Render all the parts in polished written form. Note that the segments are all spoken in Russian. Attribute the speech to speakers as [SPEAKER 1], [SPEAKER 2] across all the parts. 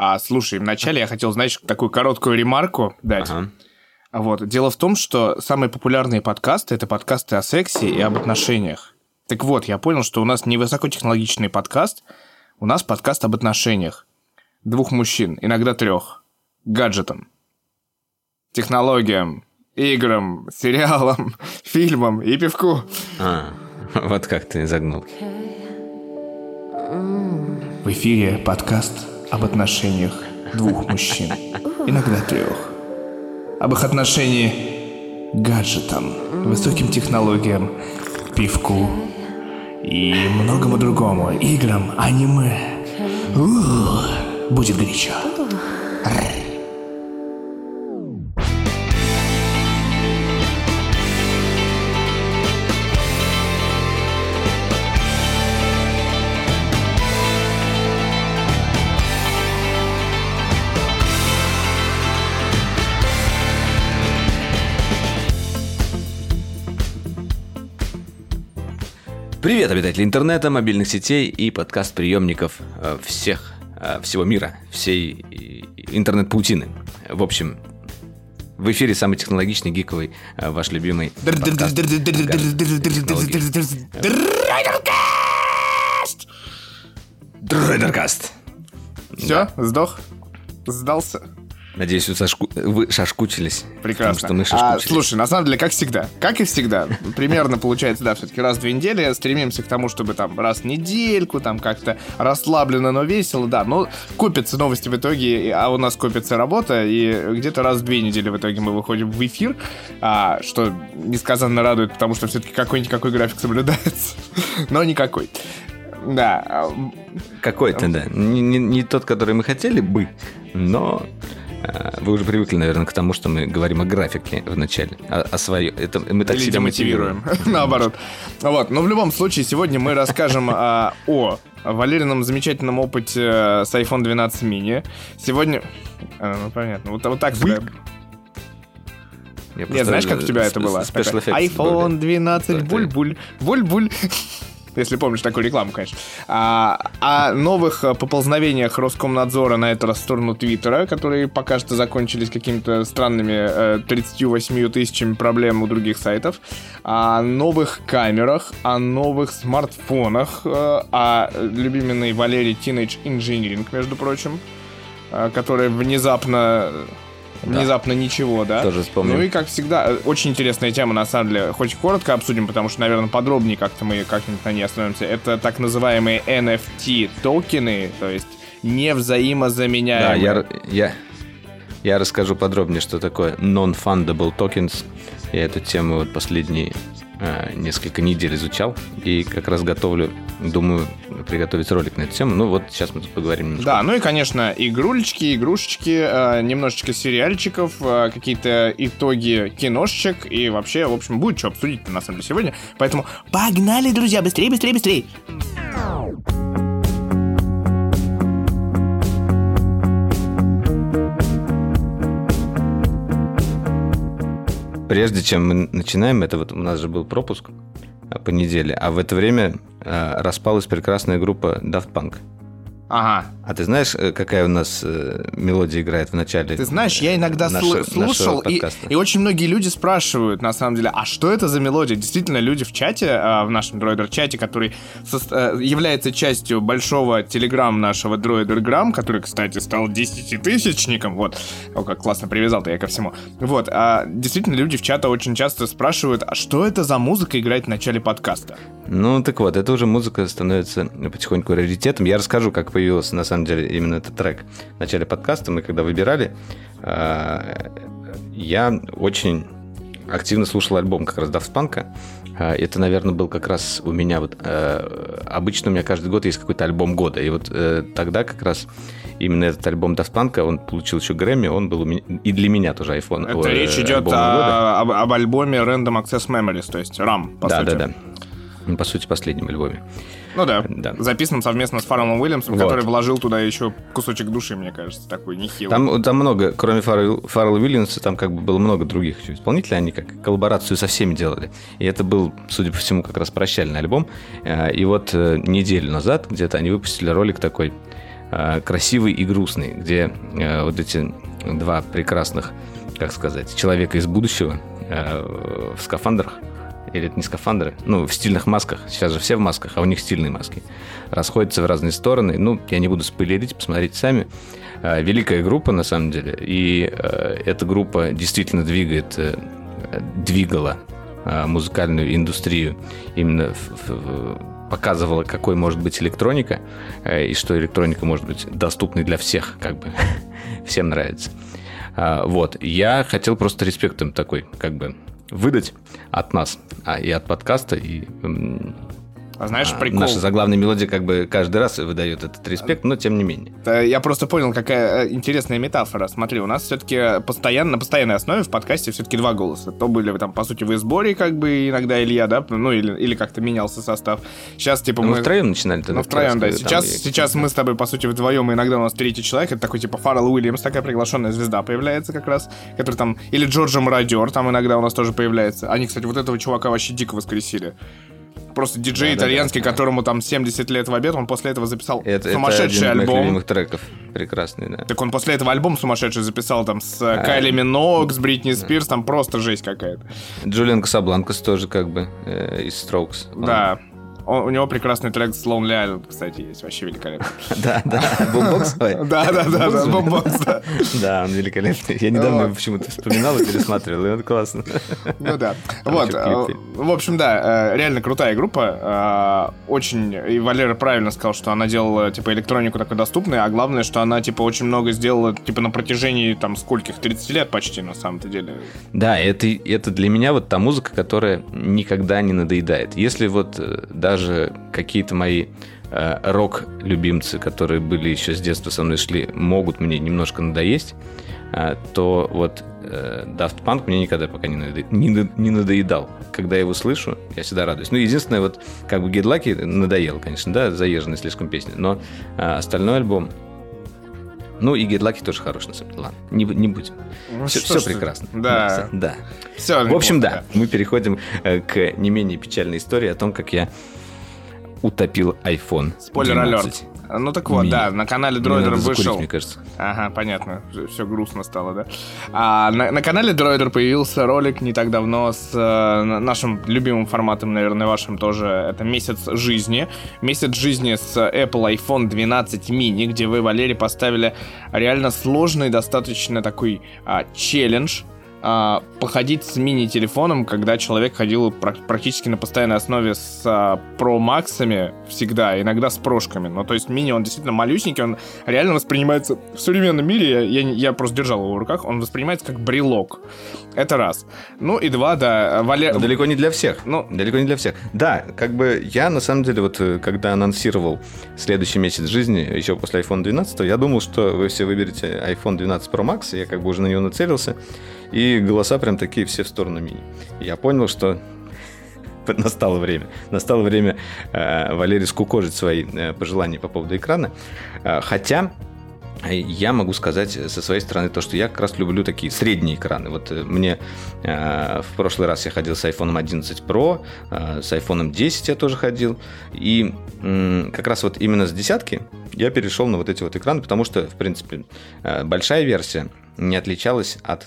[SPEAKER 1] Слушай, вначале я хотел, знаешь, такую короткую ремарку дать.
[SPEAKER 2] Ага.
[SPEAKER 1] Вот. Дело в том, что самые популярные подкасты – это подкасты о сексе и об отношениях. Так вот, я понял, что у нас не высокотехнологичный подкаст, у нас подкаст об отношениях. 2 мужчин, иногда 3. Гаджетам, технологиям, играм, сериалам, фильмам и пивку.
[SPEAKER 2] Вот как ты загнул.
[SPEAKER 1] В эфире подкаст об отношениях 2 мужчин, иногда 3. Об их отношении к гаджетам, высоким технологиям, пивку и многому другому, играм, аниме. Будет горячо.
[SPEAKER 2] Привет, обитатели интернета, мобильных сетей и подкаст-приемников всего мира, всей интернет-паутины. В общем, в эфире самый технологичный, гиковый, ваш любимый подкаст. Дройдеркаст.
[SPEAKER 1] Все, сдох? Сдался?
[SPEAKER 2] Надеюсь, вы шашкучились.
[SPEAKER 1] Прекрасно.
[SPEAKER 2] Потому что мы шашкучились.
[SPEAKER 1] Слушай, на самом деле, как и всегда, примерно получается, да, все-таки раз в 2 недели стремимся к тому, чтобы там раз в недельку, там как-то расслабленно, но весело, да, но копятся новости в итоге, а у нас копится работа, и где-то раз в 2 недели в итоге мы выходим в эфир, что несказанно радует, потому что все-таки какой-никакой график соблюдается, но никакой. Да.
[SPEAKER 2] Какой-то, да. Не тот, который мы хотели бы, но вы уже привыкли, наверное, к тому, что мы говорим о графике в начале, о своем. Это мы так себя мотивируем.
[SPEAKER 1] Наоборот. Вот. Но в любом случае, сегодня мы расскажем о Валерином замечательном опыте с iPhone 12 mini. Сегодня... понятно. Вот так всегда... Нет, знаешь, как у тебя это было? iPhone 12, буль-буль, буль-буль. Если помнишь такую рекламу, конечно. О новых поползновениях Роскомнадзора на этот раз в сторону Твиттера, которые пока что закончились какими-то странными 38 тысячами проблем у других сайтов. О новых камерах, о новых смартфонах, о любименной Валерии Teenage Engineering, между прочим, которая внезапно ничего, да?
[SPEAKER 2] Тоже вспомнил.
[SPEAKER 1] Ну и, как всегда, очень интересная тема, на самом деле. Хоть коротко обсудим, потому что, наверное, подробнее как-то мы как-нибудь на ней остановимся. Это так называемые NFT-токены, то есть невзаимозаменяемые.
[SPEAKER 2] Да, я расскажу подробнее, что такое non-fundable tokens. Я эту тему вот последние несколько недель изучал и как раз думаю приготовить ролик на эту тему. Ну вот сейчас мы тут поговорим немножко.
[SPEAKER 1] Да, ну и, конечно, игрушечки, немножечко сериальчиков, какие-то итоги киношечек и вообще, в общем, будет что обсудить на самом деле сегодня. Поэтому погнали, друзья, быстрее, быстрее, быстрее!
[SPEAKER 2] Прежде чем мы начинаем, это вот у нас же был пропуск по неделе, а в это время распалась прекрасная группа Daft Punk.
[SPEAKER 1] Ага.
[SPEAKER 2] А ты знаешь, какая у нас мелодия играет в начале?
[SPEAKER 1] Ты знаешь, я иногда слушал, и очень многие люди спрашивают, на самом деле, а что это за мелодия? Действительно, люди в чате, в нашем Droider-чате, который является частью большого телеграм нашего Droider-грам, который, кстати, стал 10-тысячником, вот, как классно привязал-то я ко всему. Вот, действительно, люди в чате очень часто спрашивают, а что это за музыка играет в начале подкаста?
[SPEAKER 2] Ну, так вот, эта уже музыка становится потихоньку раритетом. Я расскажу, как появился, на самом деле, именно этот трек в начале подкаста. Мы когда выбирали, я очень активно слушал альбом как раз Daft Punk. Это, наверное, был как раз у меня вот... Обычно у меня каждый год есть какой-то альбом года. И вот тогда как раз именно этот альбом Daft Punk, он получил еще Грэмми, он был у меня, и для меня тоже iPhone.
[SPEAKER 1] Это речь идет об альбоме Random Access Memories, то есть RAM, по сути.
[SPEAKER 2] Да. По сути, последнем альбоме.
[SPEAKER 1] Ну да. Записан совместно с Фарреллом Уильямсом, вот, который вложил туда еще кусочек души, мне кажется, такой нехилый.
[SPEAKER 2] Там много, кроме Фаррелла Уильямса, там как бы было много других исполнителей, они как коллаборацию со всеми делали. И это был, судя по всему, как раз прощальный альбом. И вот неделю назад где-то они выпустили ролик такой красивый и грустный, где вот эти два прекрасных, как сказать, человека из будущего в скафандрах, или это не скафандры, ну, в стильных масках, сейчас же все в масках, а у них стильные маски, расходятся в разные стороны. Ну, я не буду спойлерить, посмотрите сами. Великая группа, на самом деле, и эта группа действительно двигала музыкальную индустрию, именно показывала, какой может быть электроника, и что электроника может быть доступной для всех, как бы, всем нравится. Вот, я хотел просто респектом такой, как бы, выдать от нас, и от подкаста, и...
[SPEAKER 1] А знаешь, прикол...
[SPEAKER 2] Наша заглавная мелодия как бы каждый раз выдает этот респект, но тем не менее.
[SPEAKER 1] Я просто понял, какая интересная метафора. Смотри, у нас все-таки на постоянной основе в подкасте все-таки два голоса. То были там, по сути, в сборе, как бы иногда Илья, да, ну или как-то менялся состав. Сейчас, типа,
[SPEAKER 2] мы втроем начинали тогда.
[SPEAKER 1] Ну, втроем, да. Сейчас мы с тобой, по сути, вдвоем, и иногда у нас третий человек, это такой, типа, Фаррелл Уильямс, такая приглашенная звезда появляется как раз, который там, или Джорджа Мародер там иногда у нас тоже появляется. Они, кстати, вот этого чувака вообще дико воскресили. Просто диджей итальянский, которому там 70 лет в обед, он после этого записал сумасшедший альбом. Это один из моих любимых
[SPEAKER 2] треков, прекрасный, да.
[SPEAKER 1] Так он после этого альбом сумасшедший записал там с Кайли Миноуг, с Бритни Спирс, там просто жесть какая-то.
[SPEAKER 2] Джулиан Касабланкас тоже как бы из Strokes.
[SPEAKER 1] Да. У него прекрасный трек с Lonely Island, кстати, есть, вообще великолепный.
[SPEAKER 2] Да, Бумбокс?
[SPEAKER 1] Да, Бумбокс, да.
[SPEAKER 2] Да, он великолепный. Я недавно почему-то вспоминал и пересматривал, и это классно.
[SPEAKER 1] Ну да. Вот, в общем, да, реально крутая группа. Очень, и Валера правильно сказал, что она делала, типа, электронику такой доступной, а главное, что она, типа, очень много сделала, типа, на протяжении, там, скольких, 30 лет почти, на самом-то деле.
[SPEAKER 2] Да, это для меня вот та музыка, которая никогда не надоедает. Если вот даже какие-то мои рок-любимцы, которые были еще с детства со мной шли, могут мне немножко надоесть, то вот Daft Punk мне никогда пока не надоедал. Когда я его слышу, я всегда радуюсь. Ну, единственное, вот как бы Get Lucky надоел, конечно, да, заезженная слишком песня, но остальной альбом... Ну, и Get Lucky тоже хорош, на самом деле. Ладно, не будем. Ну, все прекрасно.
[SPEAKER 1] Да.
[SPEAKER 2] Да.
[SPEAKER 1] Все,
[SPEAKER 2] в общем, да, мы переходим к не менее печальной истории о том, как я утопил iPhone.
[SPEAKER 1] Спойлер-алерт. Ну так вот, да, на канале Droider вышел.
[SPEAKER 2] Мне кажется.
[SPEAKER 1] Ага, понятно. Все грустно стало, да. На канале Droider появился ролик не так давно с нашим любимым форматом, наверное, вашим тоже. Это месяц жизни. Месяц жизни с Apple iPhone 12 mini, где вы, Валерий, поставили реально сложный, достаточно такой челлендж. Походить с мини-телефоном, когда человек ходил практически на постоянной основе с Pro Max'ами всегда, иногда с прошками. Ну, то есть мини, он действительно малюсенький, он реально воспринимается в современном мире, я просто держал его в руках, он воспринимается как брелок. Это раз. Ну и два, да.
[SPEAKER 2] Но далеко не для всех. Далеко не для всех. Да, как бы я, на самом деле, вот когда анонсировал следующий месяц жизни, еще после iPhone 12, я думал, что вы все выберете iPhone 12 Pro Max, я как бы уже на него нацелился, и голоса прям такие все в сторону мини. Я понял, что настало время. Настало время Валерий скукожить свои пожелания по поводу экрана. Хотя я могу сказать со своей стороны то, что я как раз люблю такие средние экраны. Вот мне в прошлый раз я ходил с iPhone 11 Pro, с iPhone 10 я тоже ходил. И как раз вот именно с десятки я перешел на вот эти вот экраны, потому что, в принципе, большая версия не отличалась от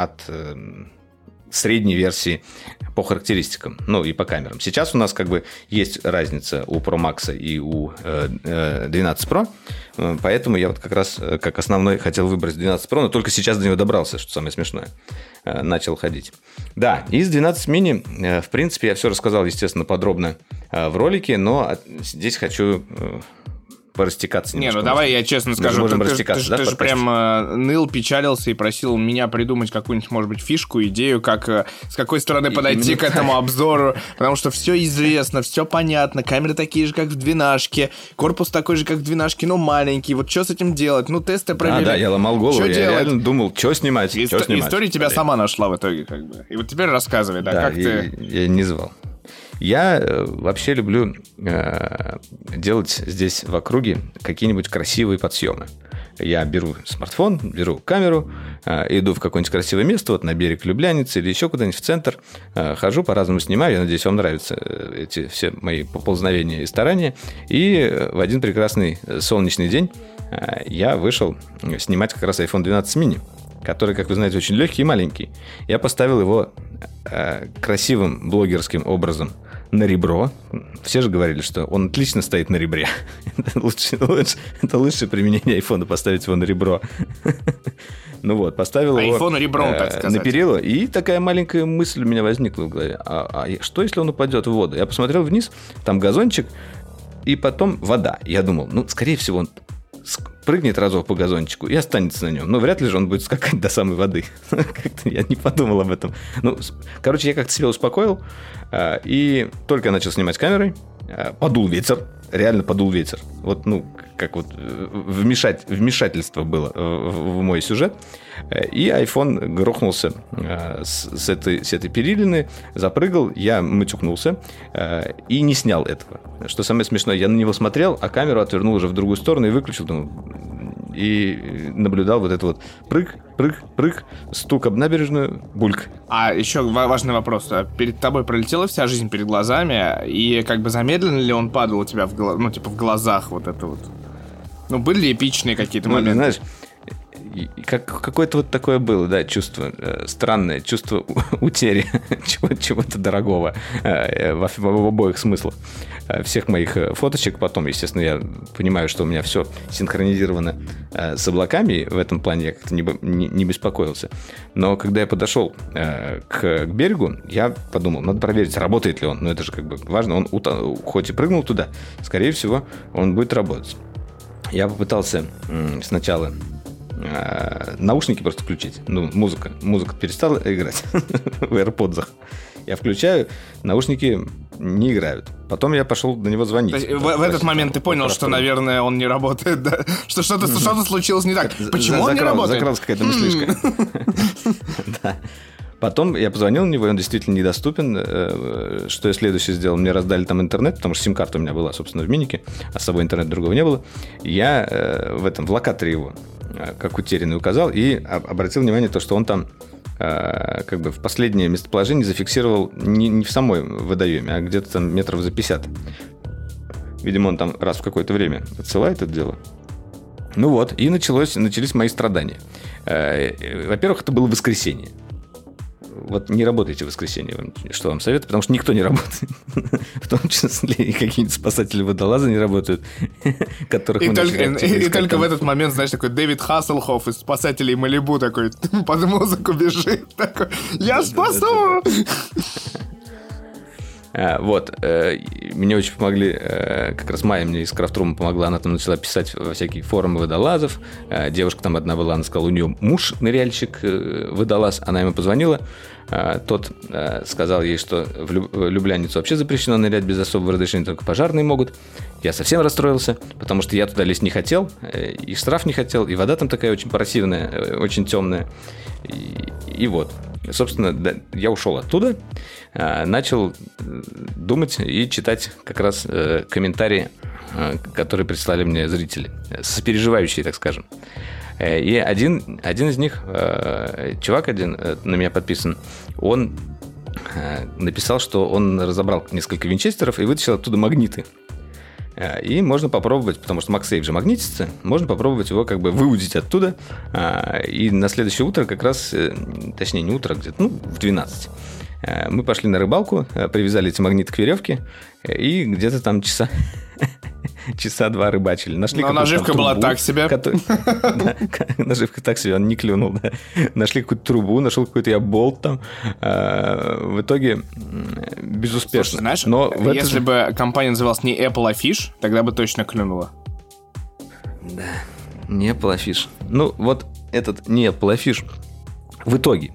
[SPEAKER 2] средней версии по характеристикам, ну и по камерам. Сейчас у нас как бы есть разница у Pro Max и у 12 Pro, поэтому я вот как раз как основной хотел выбрать 12 Pro, но только сейчас до него добрался, что самое смешное. Начал ходить. Да, из 12 mini, в принципе, я все рассказал, естественно, подробно в ролике, но здесь хочу... порастекаться немножко.
[SPEAKER 1] Не, ну давай я честно скажу, ты же прям ныл, печалился и просил меня придумать какую-нибудь, может быть, фишку, идею, как с какой стороны подойти к этому обзору, потому что все известно, все понятно, камеры такие же, как в 12-ке, корпус такой же, как в 12-ке, но маленький, вот что с этим делать? Ну, тесты провели.
[SPEAKER 2] Да, я ломал голову, я реально думал, что снимать,
[SPEAKER 1] История тебя сама нашла в итоге, как бы. И вот теперь рассказывай, да, как ты...
[SPEAKER 2] Я не звал. Я вообще люблю делать здесь в округе какие-нибудь красивые подсъемы. Я беру смартфон, беру камеру, иду в какое-нибудь красивое место, вот на берег Любляницы или еще куда-нибудь в центр, хожу, по-разному снимаю. Я надеюсь, вам нравятся эти все мои поползновения и старания. И в один прекрасный солнечный день я вышел снимать как раз iPhone 12 mini, который, как вы знаете, очень легкий и маленький. Я поставил его красивым блогерским образом на ребро. Все же говорили, что он отлично стоит на ребре. Это лучшее применение айфона, поставить его на ребро. Ну вот, поставил его
[SPEAKER 1] ребром, так сказать,
[SPEAKER 2] на перила, и такая маленькая мысль у меня возникла в голове. А что, если он упадет в воду? Я посмотрел вниз, там газончик, и потом вода. Я думал, скорее всего, он прыгнет разок по газончику и останется на нем. Но вряд ли же он будет скакать до самой воды. Как-то я не подумал об этом. Короче, я как-то себя успокоил. И только я начал снимать камерой, подул ветер. Реально подул ветер. Вот, как вот вмешательство было в мой сюжет. И iPhone грохнулся с этой перилины, запрыгал, я матюкнулся и не снял этого. Что самое смешное, я на него смотрел, а камеру отвернул уже в другую сторону и выключил, и наблюдал вот это вот прыг, стук об набережную, бульк.
[SPEAKER 1] А еще важный вопрос. Перед тобой пролетела вся жизнь перед глазами, и как бы замедленно ли он падал у тебя в глазах вот это вот? Были ли эпичные какие-то моменты?
[SPEAKER 2] Знаешь, какое-то вот такое было, да, чувство странное, чувство утери чего-то дорогого в обоих смыслах. Всех моих фоточек потом, естественно, я понимаю, что у меня все синхронизировано с облаками, и в этом плане я как-то не беспокоился. Но когда я подошел к берегу, я подумал, надо проверить, работает ли он. Это же как бы важно. Он хоть и прыгнул туда, скорее всего, он будет работать. Я попытался сначала наушники просто включить. Музыка перестала играть в AirPods. Я включаю, наушники не играют. Потом я пошел до него звонить.
[SPEAKER 1] То есть в этот момент ты понял, что, наверное, он не работает, да? Что что-то случилось не так. Почему он не работает?
[SPEAKER 2] Закралась какая-то мыслишка. Да. Потом я позвонил на него, и он действительно недоступен. Что я следующее сделал? Мне раздали там интернет, потому что сим-карта у меня была, собственно, в минике, а с собой интернета другого не было. Я в локаторе его, как утерянный, указал, и обратил внимание на то, что он там как бы в последнее местоположение зафиксировал не в самой водоеме, а где-то там метров за 50. Видимо, он там раз в какое-то время отсылает это дело. И начались мои страдания. Во-первых, это было воскресенье. Вот не работайте в воскресенье, что вам советую, потому что никто не работает. В том числе и какие-нибудь спасатели-водолазы не работают, которых мы
[SPEAKER 1] И только в этот момент, знаешь, такой Дэвид Хассельхофф из «Спасателей Малибу» такой под музыку бежит, такой «Я спасу!»
[SPEAKER 2] Мне очень помогли, как раз Майя мне из Крафтрума помогла, она там начала писать во всякие форумы водолазов. Девушка там одна была, она сказала, у нее муж ныряльщик, водолаз, она ему позвонила. Тот сказал ей, что в Любляницу вообще запрещено нырять без особого разрешения, только пожарные могут. Я совсем расстроился, потому что я туда лезть не хотел, и штраф не хотел, и вода там такая очень противная, очень темная. И вот, собственно, я ушел оттуда, начал думать и читать как раз комментарии, которые прислали мне зрители, сопереживающие, так скажем. И один из них, чувак один, на меня подписан, он написал, что он разобрал несколько винчестеров и вытащил оттуда магниты. И можно попробовать, потому что MagSafe же магнитится, можно попробовать его как бы выудить оттуда. И на следующее утро как раз, точнее не утро, где-то, в 12, мы пошли на рыбалку, привязали эти магниты к веревке, и где-то там часа два рыбачили.
[SPEAKER 1] Но наживка была так себе.
[SPEAKER 2] Наживка так себе, он не клюнул. Да. Нашли какую-то трубу, нашел какой-то я болт там. В итоге безуспешно.
[SPEAKER 1] Слушай, знаешь, если бы компания называлась не Apple, а Fish, тогда бы точно клюнула.
[SPEAKER 2] Да, не Apple, а Fish. Вот этот не Apple, а Fish. В итоге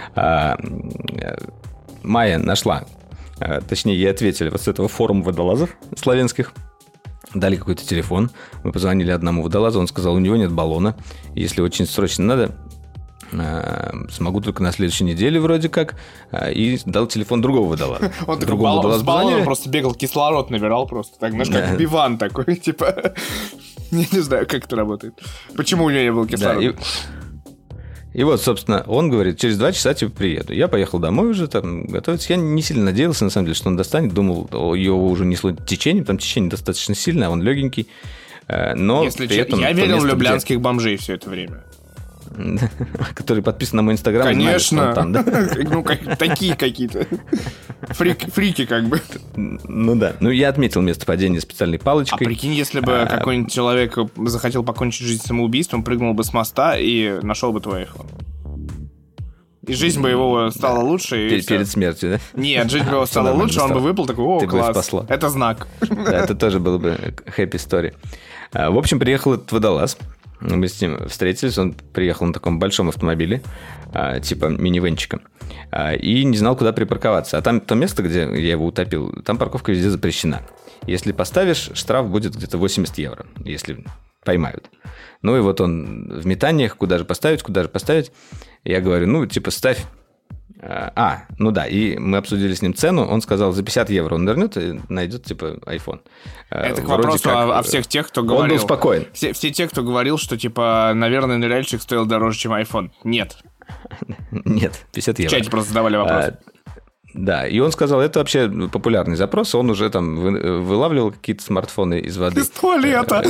[SPEAKER 2] Майя нашла, точнее, ей ответили вот с этого форума водолазов славянских. Дали какой-то телефон, мы позвонили одному водолазу, он сказал, у него нет баллона, если очень срочно надо, смогу только на следующей неделе вроде как, и дал телефон другого водолаза.
[SPEAKER 1] Он такой с баллоном просто бегал, кислород набирал просто, так, знаешь, как Биван такой, типа... Я не знаю, как это работает. Почему у него не было кислорода?
[SPEAKER 2] И вот, собственно, он говорит, через 2 часа типа приеду. Я поехал домой уже там готовиться. Я не сильно надеялся, на самом деле, что он достанет. Думал, его уже несло течением. Там течение достаточно сильное, а он легенький. Но
[SPEAKER 1] если при этом я верил в люблянских бомжей все это время.
[SPEAKER 2] Которые подписаны на мой инстаграм.
[SPEAKER 1] Конечно. Ну, такие какие-то. Фрики как бы.
[SPEAKER 2] Ну да. Ну, я отметил место падения специальной палочкой.
[SPEAKER 1] А прикинь, если бы какой-нибудь человек захотел покончить жизнь самоубийством, прыгнул бы с моста и нашел бы твой iPhone. И жизнь бы его стала лучше.
[SPEAKER 2] Перед смертью, да?
[SPEAKER 1] Нет, жизнь бы его стала лучше, он бы выпал такой, о, класс, это знак.
[SPEAKER 2] Да, это тоже было бы happy story. В общем, приехал этот водолаз. Мы с ним встретились, он приехал на таком большом автомобиле, типа минивенчика, и не знал, куда припарковаться. А там то место, где я его утопил, там парковка везде запрещена. Если поставишь, штраф будет где-то 80 евро, если поймают. Ну и вот он в метаниях, куда же поставить. Я говорю, ну, типа, ставь. Ну да, и мы обсудили с ним цену, он сказал, за 50 евро он вернет и найдет, типа, iPhone.
[SPEAKER 1] Это к вопросу о всех тех, кто говорил...
[SPEAKER 2] Он был спокоен.
[SPEAKER 1] Все те, кто говорил, что, типа, наверное, ныряльщик стоил дороже, чем iPhone. Нет.
[SPEAKER 2] Нет, 50 евро.
[SPEAKER 1] В чате просто задавали вопрос.
[SPEAKER 2] Да, и он сказал, это вообще популярный запрос, он уже там вылавливал какие-то смартфоны из воды.
[SPEAKER 1] Из туалета.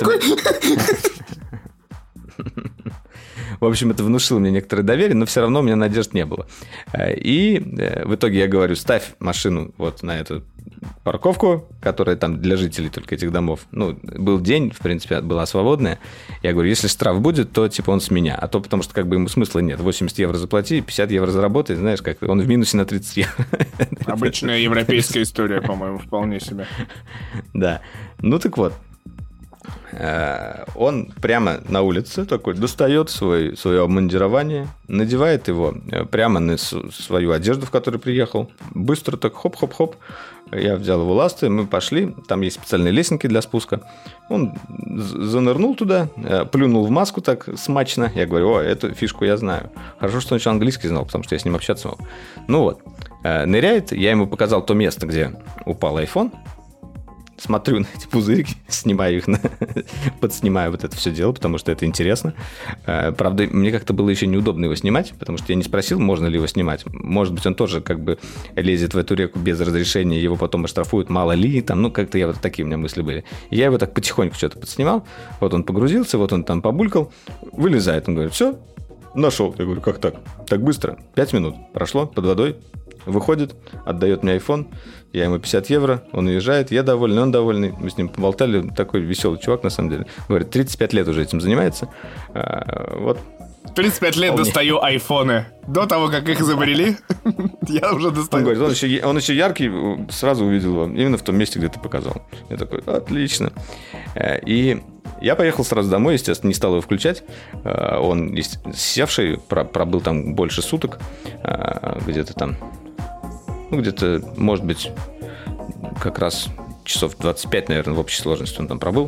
[SPEAKER 2] В общем, это внушило мне некоторое доверие, но все равно у меня надежд не было. И в итоге я говорю, ставь машину вот на эту парковку, которая там для жителей только этих домов. Ну, был день, в принципе, была свободная. Я говорю, если штраф будет, то типа он с меня. А то потому что как бы ему смысла нет. 80 евро заплати, 50 евро заработай. Знаешь, как он в минусе на 30 евро.
[SPEAKER 1] Обычная европейская история, по-моему, вполне себе.
[SPEAKER 2] Да. Ну, так вот. Он прямо на улице такой достает свое обмундирование, надевает его прямо на свою одежду, в которой приехал. Быстро так хоп-хоп-хоп. Я взял его ласты, мы пошли. Там есть специальные лесенки для спуска. Он занырнул туда, плюнул в маску так смачно. Я говорю, эту фишку я знаю. Хорошо, что он еще английский знал, потому что я с ним общаться мог. Ну вот, ныряет. Я ему показал то место, где упал iPhone. Смотрю на эти пузырики, снимаю их, подснимаю вот это все дело, потому что это интересно. Правда, мне как-то было еще неудобно его снимать, потому что я не спросил, можно ли его снимать. Может быть, он тоже как бы лезет в эту реку без разрешения, его потом оштрафуют, мало ли, там, ну, как-то вот такие у меня мысли были. И я его так потихоньку что-то подснимал, вот он погрузился, вот он там побулькал, вылезает, он говорит, все, нашел. Я говорю, как так? Так быстро? 5 минут прошло под водой. Выходит, отдает мне iPhone, я ему 50 евро, он уезжает, я довольный, он довольный. Мы с ним поболтали, такой веселый чувак, на самом деле. Говорит, 35 лет уже этим занимается. Вот.
[SPEAKER 1] 35 лет достаю айфоны. До того, как их изобрели, я уже достаю.
[SPEAKER 2] Он говорит, он еще яркий, сразу увидел его, именно в том месте, где ты показал. Я такой, отлично. И я поехал сразу домой, естественно, не стал его включать. Он севший, пробыл там больше суток, где-то там, ну, где-то, может быть, как раз часов 25, наверное, в общей сложности он там пробыл.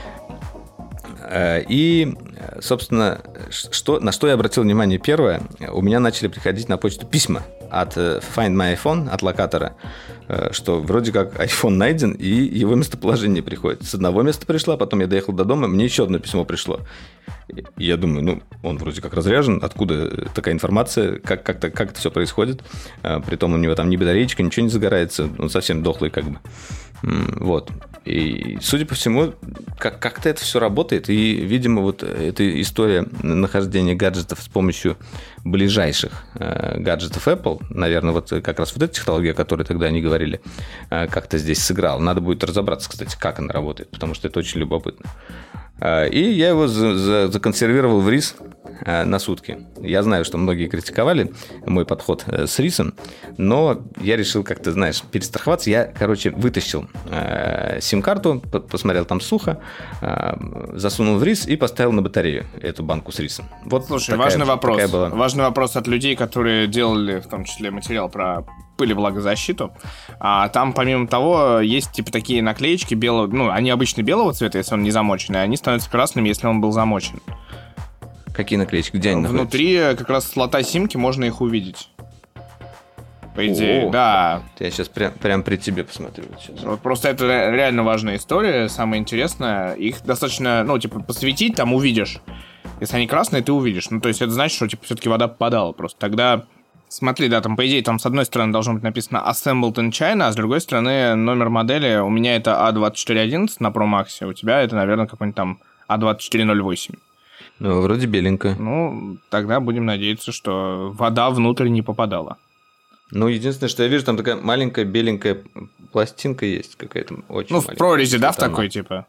[SPEAKER 2] И, собственно, на что я обратил внимание первое, у меня начали приходить на почту письма от Find My iPhone, от локатора, что вроде как iPhone найден, и его местоположение приходит. С одного места пришло, потом я доехал до дома, мне еще одно письмо пришло. И я думаю, ну, он вроде как разряжен, откуда такая информация, как это все происходит. Притом у него там ни батареечка, ничего не загорается, он совсем дохлый как бы. Вот. И, судя по всему, как-то это все работает. И, видимо, вот эта история нахождения гаджетов с помощью ближайших гаджетов Apple, наверное, вот как раз вот эта технология, о которой тогда они говорили, как-то здесь сыграла. Надо будет разобраться, кстати, как она работает, потому что это очень любопытно. И я его законсервировал в рис на сутки. Я знаю, что многие критиковали мой подход с рисом, но я решил как-то, знаешь, перестраховаться. Я, вытащил сим-карту, посмотрел там сухо, засунул в рис и поставил на батарею эту банку с рисом. Вот.
[SPEAKER 1] Слушай, важный вопрос. Важный вопрос от людей, которые делали, в том числе, материал про пыль и влагозащиту. Там, помимо того, есть типа такие наклеечки белого, ну, они обычно белого цвета, если он не замоченный, а они становятся красными, если он был замочен.
[SPEAKER 2] Какие наклеечки? Где они находятся?
[SPEAKER 1] Внутри как раз слота симки, можно их увидеть. по идее, да.
[SPEAKER 2] Я сейчас прям при тебе посмотрю.
[SPEAKER 1] Вот просто это реально важная история, самое интересное. Их достаточно, посветить, там увидишь. Если они красные, ты увидишь. То есть это значит, что, все-таки вода попадала просто. Тогда, смотри, да, там, по идее, там с одной стороны должно быть написано Assembled in China, а с другой стороны номер модели, у меня это A2411 на Pro Max, у тебя это, наверное, какой-нибудь там A2408.
[SPEAKER 2] Вроде беленькая.
[SPEAKER 1] Тогда будем надеяться, что вода внутрь не попадала.
[SPEAKER 2] Единственное, что я вижу, там такая маленькая беленькая пластинка есть какая-то очень маленькая.
[SPEAKER 1] В прорези, да, в такой, типа?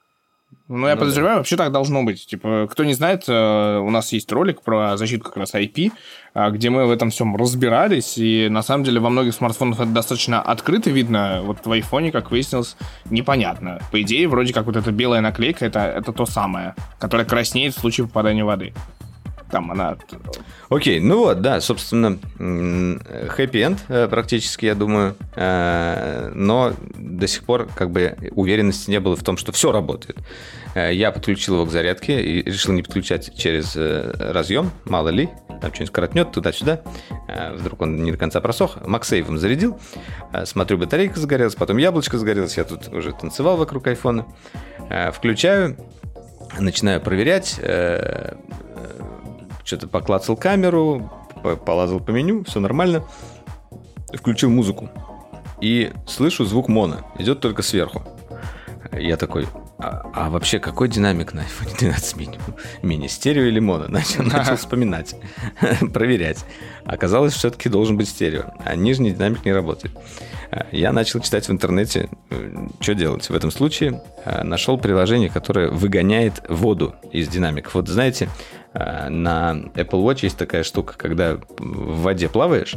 [SPEAKER 1] Я подозреваю, вообще так должно быть. Кто не знает, у нас есть ролик про защиту как раз IP, где мы в этом всем разбирались, и на самом деле во многих смартфонах это достаточно открыто видно. Вот в айфоне, как выяснилось, непонятно. По идее, вроде как вот эта белая наклейка, это то самое, которое краснеет в случае попадания воды. Там она...
[SPEAKER 2] Окей, да, собственно, хэппи-энд практически, я думаю, но до сих пор уверенности не было в том, что все работает. Я подключил его к зарядке и решил не подключать через разъем, мало ли, там что-нибудь коротнет туда-сюда, вдруг он не до конца просох. MagSafe зарядил, смотрю, батарейка загорелась, потом яблочко загорелось, я тут уже танцевал вокруг айфона, включаю, начинаю проверять, что-то поклацал камеру, полазал по меню, все нормально. Включил музыку. И слышу звук моно. Идет только сверху. Я такой, а вообще какой динамик на iPhone 12 mini? Мини, стерео или моно? Начал вспоминать, проверять. Оказалось, все-таки должен быть стерео, а нижний динамик не работает. Я начал читать в интернете, что делать. В этом случае нашел приложение, которое выгоняет воду из динамиков. Вот знаете, на Apple Watch есть такая штука, когда в воде плаваешь,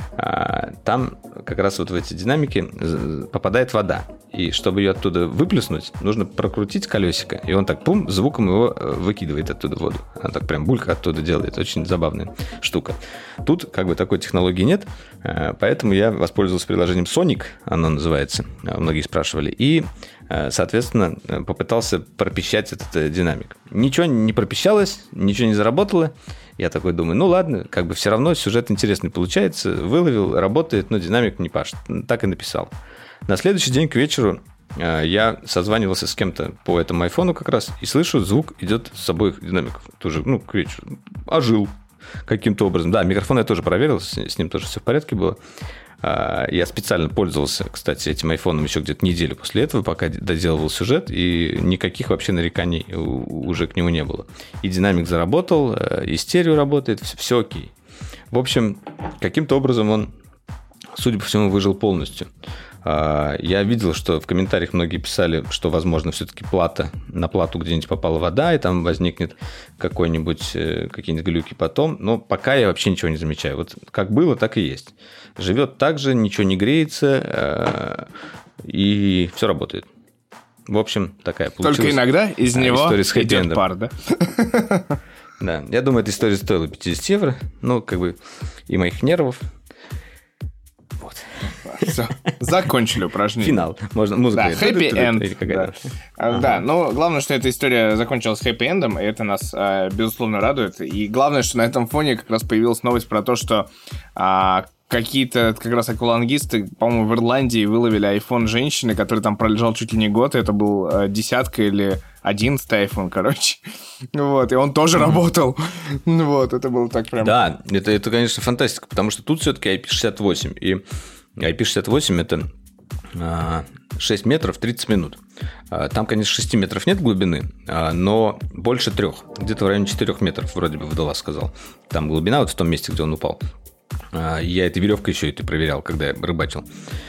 [SPEAKER 2] там как раз вот в эти динамики попадает вода. И чтобы ее оттуда выплеснуть, нужно прокрутить колесико, и он так, пум, звуком его выкидывает оттуда воду. Она так прям булька оттуда делает. Очень забавная штука. Тут такой технологии нет, поэтому я воспользовался приложением Sonic, оно называется, многие спрашивали, и, соответственно, попытался пропищать этот динамик. Ничего не пропищалось, ничего не заработало. Я такой думаю, ладно, все равно сюжет интересный получается, выловил, работает, но динамик не пашет. Так и написал. На следующий день к вечеру я созванивался с кем-то по этому айфону как раз, и слышу, звук идет с обоих динамиков. Тоже, к вечеру. Ожил каким-то образом. Да, микрофон я тоже проверил, с ним тоже все в порядке было. Я специально пользовался, кстати, этим айфоном еще где-то неделю после этого, пока доделывал сюжет, и никаких вообще нареканий уже к нему не было. И динамик заработал, и стерео работает, все окей. В общем, каким-то образом он, судя по всему, выжил полностью. Я видел, что в комментариях многие писали, что, возможно, все-таки на плату где-нибудь попала вода, и там возникнет какие-нибудь глюки потом. Но пока я вообще ничего не замечаю. Вот как было, так и есть. Живет так же, ничего не греется, и все работает. В общем, такая получилась.
[SPEAKER 1] Только иногда из него идет пар, да?
[SPEAKER 2] Да, я думаю, эта история стоила 50 евро, и моих нервов. Вот.
[SPEAKER 1] Все, закончили упражнение.
[SPEAKER 2] Финал. Можно музыку.
[SPEAKER 1] Да, хэппи-энд. Да, но главное, что эта история закончилась хэппи-эндом, и это нас, безусловно, радует. И главное, что на этом фоне как раз появилась новость про то, что какие-то как раз аквалангисты, по-моему, в Ирландии выловили iPhone женщины, который там пролежал чуть ли не год, и это был 10 или 11-й iPhone, короче. Вот, и он тоже работал. Вот, это было так прям...
[SPEAKER 2] Да, это, конечно, фантастика, потому что тут все-таки IP68, и IP68 это 6 метров 30 минут. Там, конечно, 6 метров нет глубины, но больше 3, где-то в районе 4 метров, вроде бы водолаз сказал. Там глубина вот в том месте, где он упал. Я этой веревкой еще это проверял, когда я рыбачил.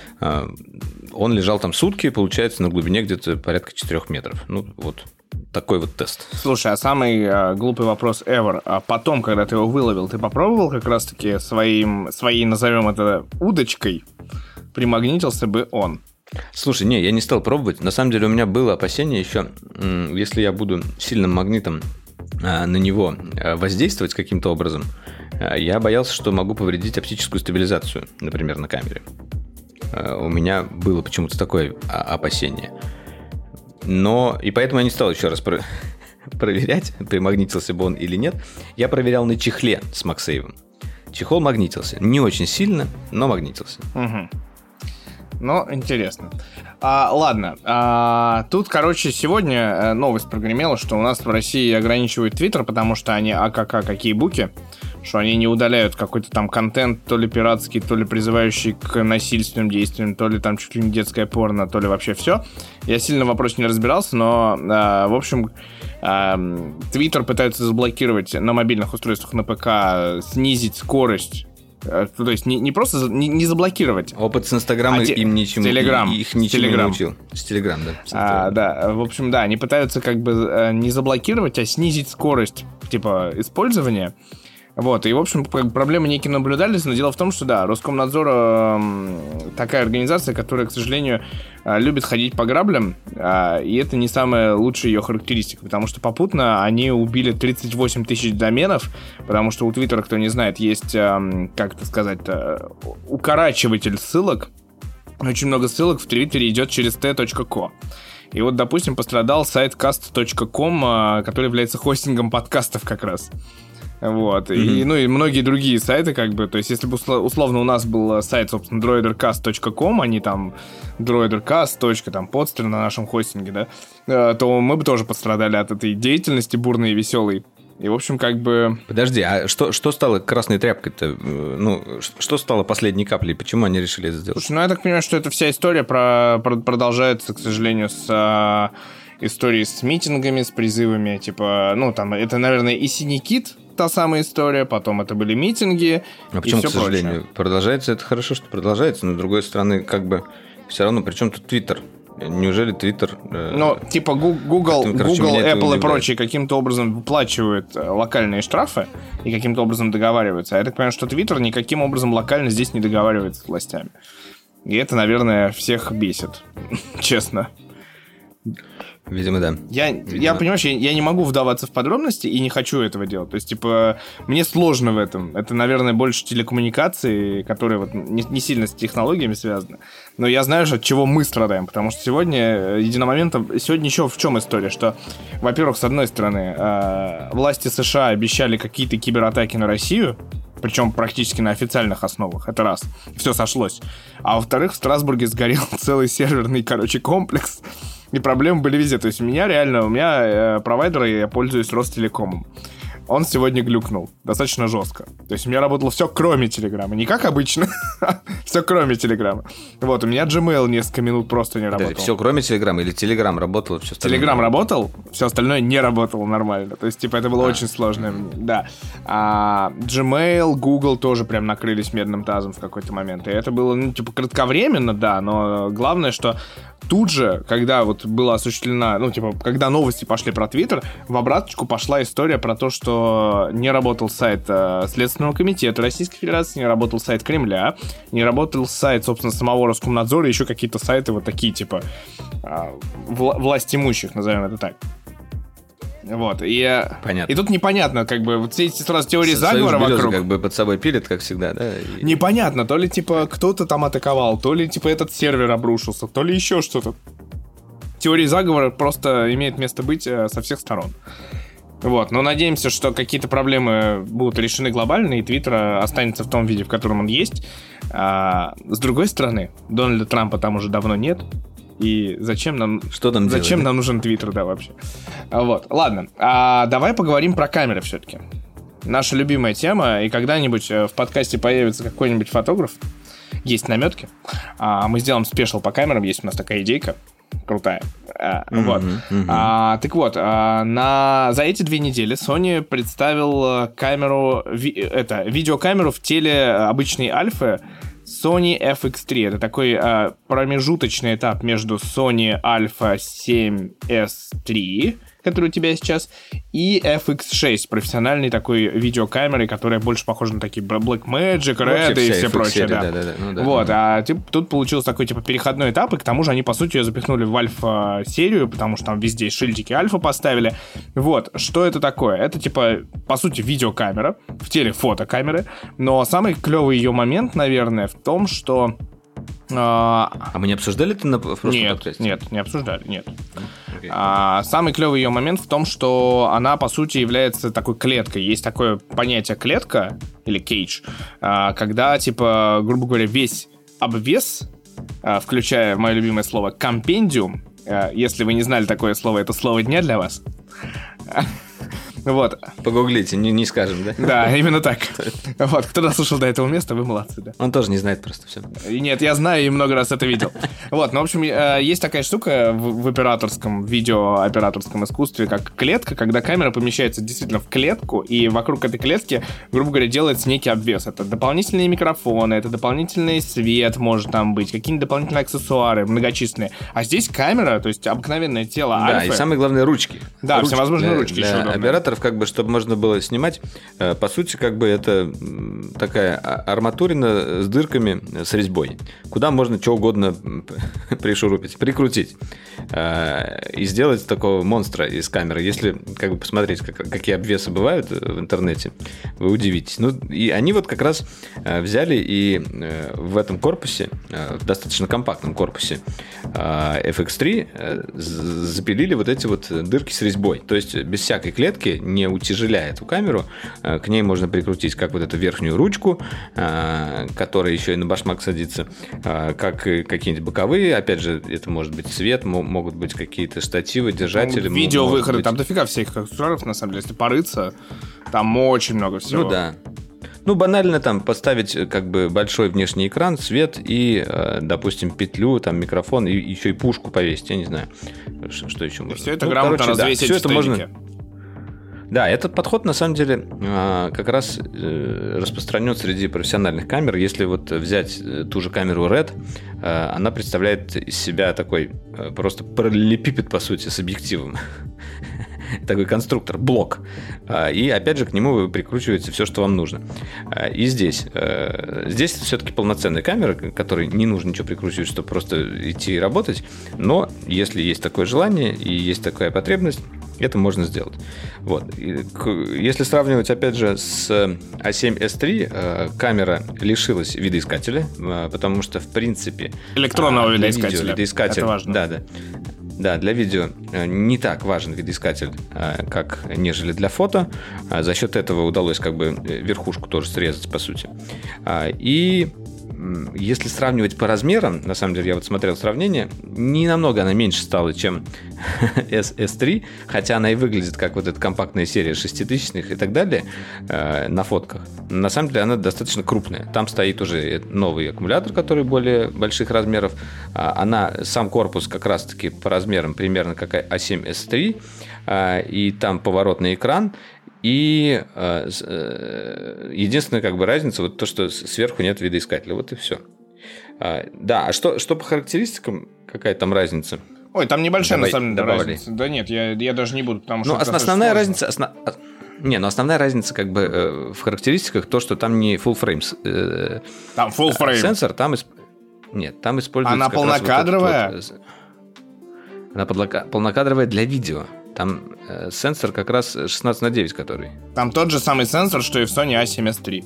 [SPEAKER 2] Он лежал там сутки, получается, на глубине где-то порядка 4 метров. Вот такой вот тест.
[SPEAKER 1] Слушай, а самый глупый вопрос ever. А потом, когда ты его выловил, ты попробовал как раз-таки своей, назовем это, удочкой, примагнитился бы он?
[SPEAKER 2] Слушай, не, я не стал пробовать. На самом деле у меня было опасение еще, если я буду сильным магнитом на него воздействовать каким-то образом, я боялся, что могу повредить оптическую стабилизацию, например, на камере. У меня было почему-то такое опасение. И поэтому я не стал еще раз проверять, примагнитился бы он или нет. Я проверял на чехле с MagSafe. Чехол магнитился. Не очень сильно, но магнитился.
[SPEAKER 1] Угу. Ну, интересно. Ладно. Тут, короче, сегодня новость прогремела, что у нас в России ограничивают Твиттер, потому что они АКК какие буки, что они не удаляют какой-то там контент, то ли пиратский, то ли призывающий к насильственным действиям, то ли там чуть ли не детское порно, то ли вообще все. Я сильно в вопросе не разбирался, но, в общем, Твиттер пытаются заблокировать на мобильных устройствах на ПК, снизить скорость. То есть не просто не заблокировать.
[SPEAKER 2] Опыт с Инстаграма им ничему, их ничему не научил. С Телеграм, да.
[SPEAKER 1] Да, в общем, да, они пытаются как бы не заблокировать, а снизить скорость, типа, использования. Вот, и, в общем, проблемы некие наблюдались, но дело в том, что, да, Роскомнадзор такая организация, которая, к сожалению, любит ходить по граблям, и это не самая лучшая ее характеристика, потому что попутно они убили 38 тысяч доменов, потому что у Твиттера, кто не знает, есть, как это сказать, укорачиватель ссылок. Очень много ссылок в Твиттере идет через t.co. И вот, допустим, пострадал сайт cast.com, который является хостингом подкастов как раз. Вот, и многие другие сайты, как бы, то есть, если бы условно у нас был сайт, собственно, droidercast.com, а не там droidercast.podster на нашем хостинге, да, то мы бы тоже пострадали от этой деятельности бурной и веселой. И, в общем, как бы...
[SPEAKER 2] Подожди, а что стало красной тряпкой-то? Ну, что стало последней каплей? Почему они решили это сделать?
[SPEAKER 1] Слушай, ну, я так понимаю, что эта вся история продолжается, к сожалению, с историей с митингами, с призывами, типа, ну, там, это, наверное, и Синий Кит, та самая история, потом это были митинги.
[SPEAKER 2] А почему, к сожалению, продолжается? Это хорошо, что продолжается, но с другой стороны, как бы все равно, при чем тут Твиттер? Неужели Твиттер...
[SPEAKER 1] Ну, типа Google, Apple и прочие каким-то образом выплачивают локальные штрафы и каким-то образом договариваются. А я так понимаю, что Твиттер никаким образом локально здесь не договаривается с властями. И это, наверное, всех бесит. Честно.
[SPEAKER 2] Видимо, да.
[SPEAKER 1] Я понимаешь, я не могу вдаваться в подробности и не хочу этого делать. То есть, типа, мне сложно в этом. Это, наверное, больше телекоммуникации, которые вот не сильно с технологиями связаны. Но я знаю, от чего мы страдаем. Потому что сегодня сегодня еще в чем история? Что, во-первых, с одной стороны, власти США обещали какие-то кибератаки на Россию, причем практически на официальных основах. Это раз. Все сошлось. А во-вторых, в Страсбурге сгорел целый серверный, комплекс. И проблемы были везде. То есть у меня провайдер, я пользуюсь Ростелекомом. Он сегодня глюкнул достаточно жестко. То есть у меня работало все, кроме Телеграма. Не как обычно, все, кроме Телеграма. Вот, у меня Gmail несколько минут просто не работал.
[SPEAKER 2] Все, кроме Телеграма или Телеграм работал?
[SPEAKER 1] Телеграм работал, все остальное не работало нормально. То есть, типа, это было очень сложно. Да. А Gmail, Google тоже прям накрылись медным тазом в какой-то момент. И это было, ну, типа, кратковременно, да, но главное, что тут же, когда вот была осуществлена, ну, типа, когда новости пошли про Твиттер, в обраточку пошла история про то, что не работал сайт Следственного комитета Российской Федерации, не работал сайт Кремля, не работал сайт, собственно, самого Роскомнадзора, еще какие-то сайты вот такие, типа, власть имущих, назовем это так. Вот,
[SPEAKER 2] понятно.
[SPEAKER 1] И тут непонятно, как бы, вот все эти сразу теории заговора вокруг.
[SPEAKER 2] Как бы под собой пилят, как всегда, да?
[SPEAKER 1] Непонятно, то ли, типа, кто-то там атаковал, то ли, типа, этот сервер обрушился, то ли еще что-то. Теории заговора просто имеют место быть со всех сторон. Вот, но надеемся, что какие-то проблемы будут решены глобально, и Твиттер останется в том виде, в котором он есть. С другой стороны, Дональда Трампа там уже давно нет. И зачем нам...
[SPEAKER 2] Что там делать?
[SPEAKER 1] Зачем нам нужен Твиттер, да, вообще? Вот, ладно. Давай поговорим про камеры все-таки. Наша любимая тема, и когда-нибудь в подкасте появится какой-нибудь фотограф, есть наметки, мы сделаем спешл по камерам, есть у нас такая идейка. Крутая. Вот. Так вот, за эти 2 недели Sony представил камеру, видеокамеру в теле обычной Альфы Sony FX3. Это такой промежуточный этап между Sony Alpha 7S III, который у тебя сейчас, и FX6, профессиональной такой видеокамерой, которая больше похожа на такие Blackmagic, Red и все прочее. Да. Вот, тут получился такой типа переходной этап, и к тому же они, по сути, ее запихнули в Альфа-серию, потому что там везде шильдики Альфа поставили. Вот, что это такое? Это типа, по сути, видеокамера, в теле фотокамеры, но самый клевый ее момент, наверное, в том, что...
[SPEAKER 2] мы не обсуждали это в прошлом подкасте?
[SPEAKER 1] Нет, не обсуждали, нет. Самый клевый ее момент в том, что она, по сути, является такой клеткой. Есть такое понятие клетка или кейдж, когда, типа, грубо говоря, весь обвес, включая мое любимое слово компендиум, если вы не знали такое слово, это слово дня для вас. Вот.
[SPEAKER 2] Погуглите, не скажем, да?
[SPEAKER 1] Да, именно так. Вот, кто дослушал до этого места, вы молодцы, да.
[SPEAKER 2] Он тоже не знает просто все.
[SPEAKER 1] Нет, я знаю и много раз это видел. Вот, ну, в общем, есть такая штука в операторском, видеооператорском искусстве, как клетка, когда камера помещается действительно в клетку, и вокруг этой клетки, грубо говоря, делается некий обвес. Это дополнительные микрофоны, это дополнительный свет может там быть, какие-нибудь дополнительные аксессуары многочисленные. А здесь камера, то есть обыкновенное тело Альфы.
[SPEAKER 2] Да, и самое главное, ручки.
[SPEAKER 1] Да, всевозможные ручки еще удобные.
[SPEAKER 2] Операторов, как бы, чтобы можно было снимать, по сути, как бы это такая арматурина с дырками, с резьбой, куда можно что угодно пришурупить, прикрутить и сделать такого монстра из камеры. Если как бы посмотреть, какие обвесы бывают в интернете, вы удивитесь. Ну, и они вот как раз взяли и в этом корпусе, в достаточно компактном корпусе FX3 запилили вот эти вот дырки с резьбой. То есть без всякой клетки, не утяжеляя эту камеру, к ней можно прикрутить как вот эту верхнюю ручку, которая еще и на башмак садится, как и какие-нибудь боковые, опять же, это может быть свет, могут быть какие-то штативы, держатели.
[SPEAKER 1] Видеовыходы, там дофига всяких аксессуаров, на самом деле, если порыться, там очень много всего.
[SPEAKER 2] Ну да. Ну, банально там поставить как бы большой внешний экран, свет и, допустим, петлю, там микрофон, и еще и пушку повесить, я не знаю, что еще можно.
[SPEAKER 1] Все это грамотно развесить в стендике.
[SPEAKER 2] Да, этот подход, на самом деле, как раз распространен среди профессиональных камер. Если вот взять ту же камеру Red, она представляет из себя такой просто параллелепипед, по сути, с объективом. Такой конструктор, блок. И, опять же, к нему вы прикручиваете все, что вам нужно. И здесь. Здесь все-таки полноценная камера, которой не нужно ничего прикручивать, чтобы просто идти и работать. Но если есть такое желание и есть такая потребность, это можно сделать. Вот. Если сравнивать, опять же, с A7S III, камера лишилась видоискателя, потому что, в принципе...
[SPEAKER 1] электронного видоискателя.
[SPEAKER 2] Это важно. Да, для видео не так важен видоискатель, как нежели для фото. За счет этого удалось как бы верхушку тоже срезать, по сути. И если сравнивать по размерам, на самом деле я вот смотрел сравнение, не намного она меньше стала, чем S3, хотя она и выглядит как вот эта компактная серия 6000-х и так далее на фотках. На самом деле она достаточно крупная. Там стоит уже новый аккумулятор, который более больших размеров. Сам корпус как раз-таки по размерам примерно как A7S III, и там поворотный экран. И единственная как бы разница вот то, что сверху нет видоискателя. Вот и все. Да, а что по характеристикам? Какая там разница?
[SPEAKER 1] Ой, там небольшая на самом деле разница. Да нет, я даже не буду, потому что...
[SPEAKER 2] Ну, основная разница... основная разница как бы в характеристиках то, что там не full frame.
[SPEAKER 1] Там full frame.
[SPEAKER 2] Сенсор, там... Нет, там используется...
[SPEAKER 1] Она полнокадровая?
[SPEAKER 2] Она полнокадровая для видео. Там сенсор как раз 16:9, который.
[SPEAKER 1] Там тот же самый сенсор, что и в Sony A7S III.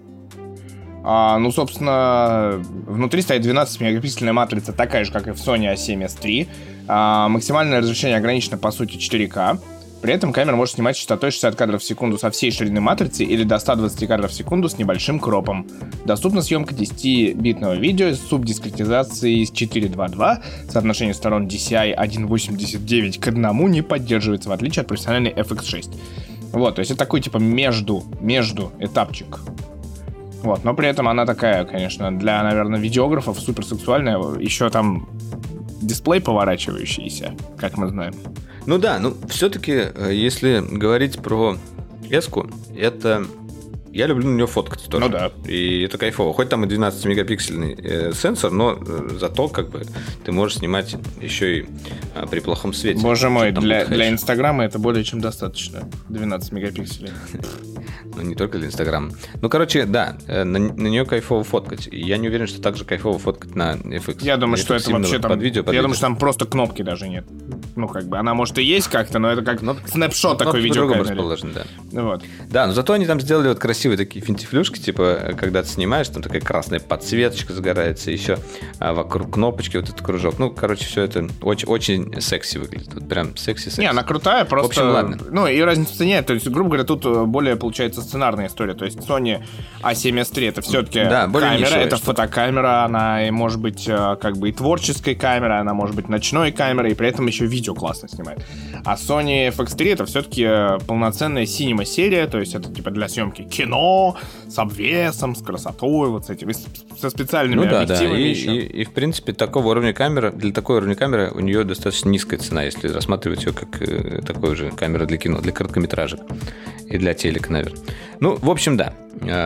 [SPEAKER 1] Ну, собственно, внутри стоит 12-мегапиксельная матрица, такая же, как и в Sony A7S III. Максимальное разрешение ограничено, по сути, 4К. При этом камера может снимать частотой 60 кадров в секунду со всей ширины матрицы или до 120 кадров в секунду с небольшим кропом. Доступна съемка 10-битного видео с субдискретизацией с 4:2:2. Соотношение сторон DCI 1.89 к 1 не поддерживается, в отличие от профессиональной FX6. Вот, то есть это такой типа между этапчик. Вот, но при этом она такая, конечно, для, наверное, видеографов суперсексуальная. Еще там дисплей поворачивающийся, как мы знаем.
[SPEAKER 2] Ну да, все-таки, если говорить про S-ку, это... Я люблю на нее фоткать тоже.
[SPEAKER 1] Ну да.
[SPEAKER 2] И это кайфово. Хоть там и 12-мегапиксельный сенсор, но зато как бы ты можешь снимать еще и при плохом свете.
[SPEAKER 1] Боже мой, для Инстаграма это более чем достаточно. 12 мегапикселей.
[SPEAKER 2] Ну, не только для Инстаграма. Ну, короче, да, на нее кайфово фоткать. И я не уверен, что так же кайфово фоткать на FX.
[SPEAKER 1] Я думаю, что это вообще там... Я думаю, что там просто кнопки даже нет. Ну, как бы, она может и есть как-то, но это как снапшот такой видеокамеры.
[SPEAKER 2] Да. Вот. Да, но зато они там сделали вот красивые такие финтифлюшки, типа, когда ты снимаешь, там такая красная подсветочка загорается, еще вокруг кнопочки вот этот кружок. Ну, короче, все это очень, очень секси выглядит. Вот прям секси-секси.
[SPEAKER 1] Не, она крутая, просто...
[SPEAKER 2] В общем, ладно.
[SPEAKER 1] Ну, и разницы нет. То есть, грубо говоря, тут более, получается, сценарная история. То есть, Sony A7S III это все-таки камера, это фотокамера, она может быть как бы и творческой камерой, она может быть ночной камерой, и при этом еще видео классно снимает. А Sony FX3 это все-таки полноценная синема-серия, то есть это типа для съемки кино, с обвесом, с красотой, вот с этими, со специальными объективами.
[SPEAKER 2] И в принципе, такого уровня камеры, для такой уровня камеры у нее достаточно низкая цена, если рассматривать ее как такой же камера для кино, для короткометражек и для телека, наверное. Ну, в общем, да.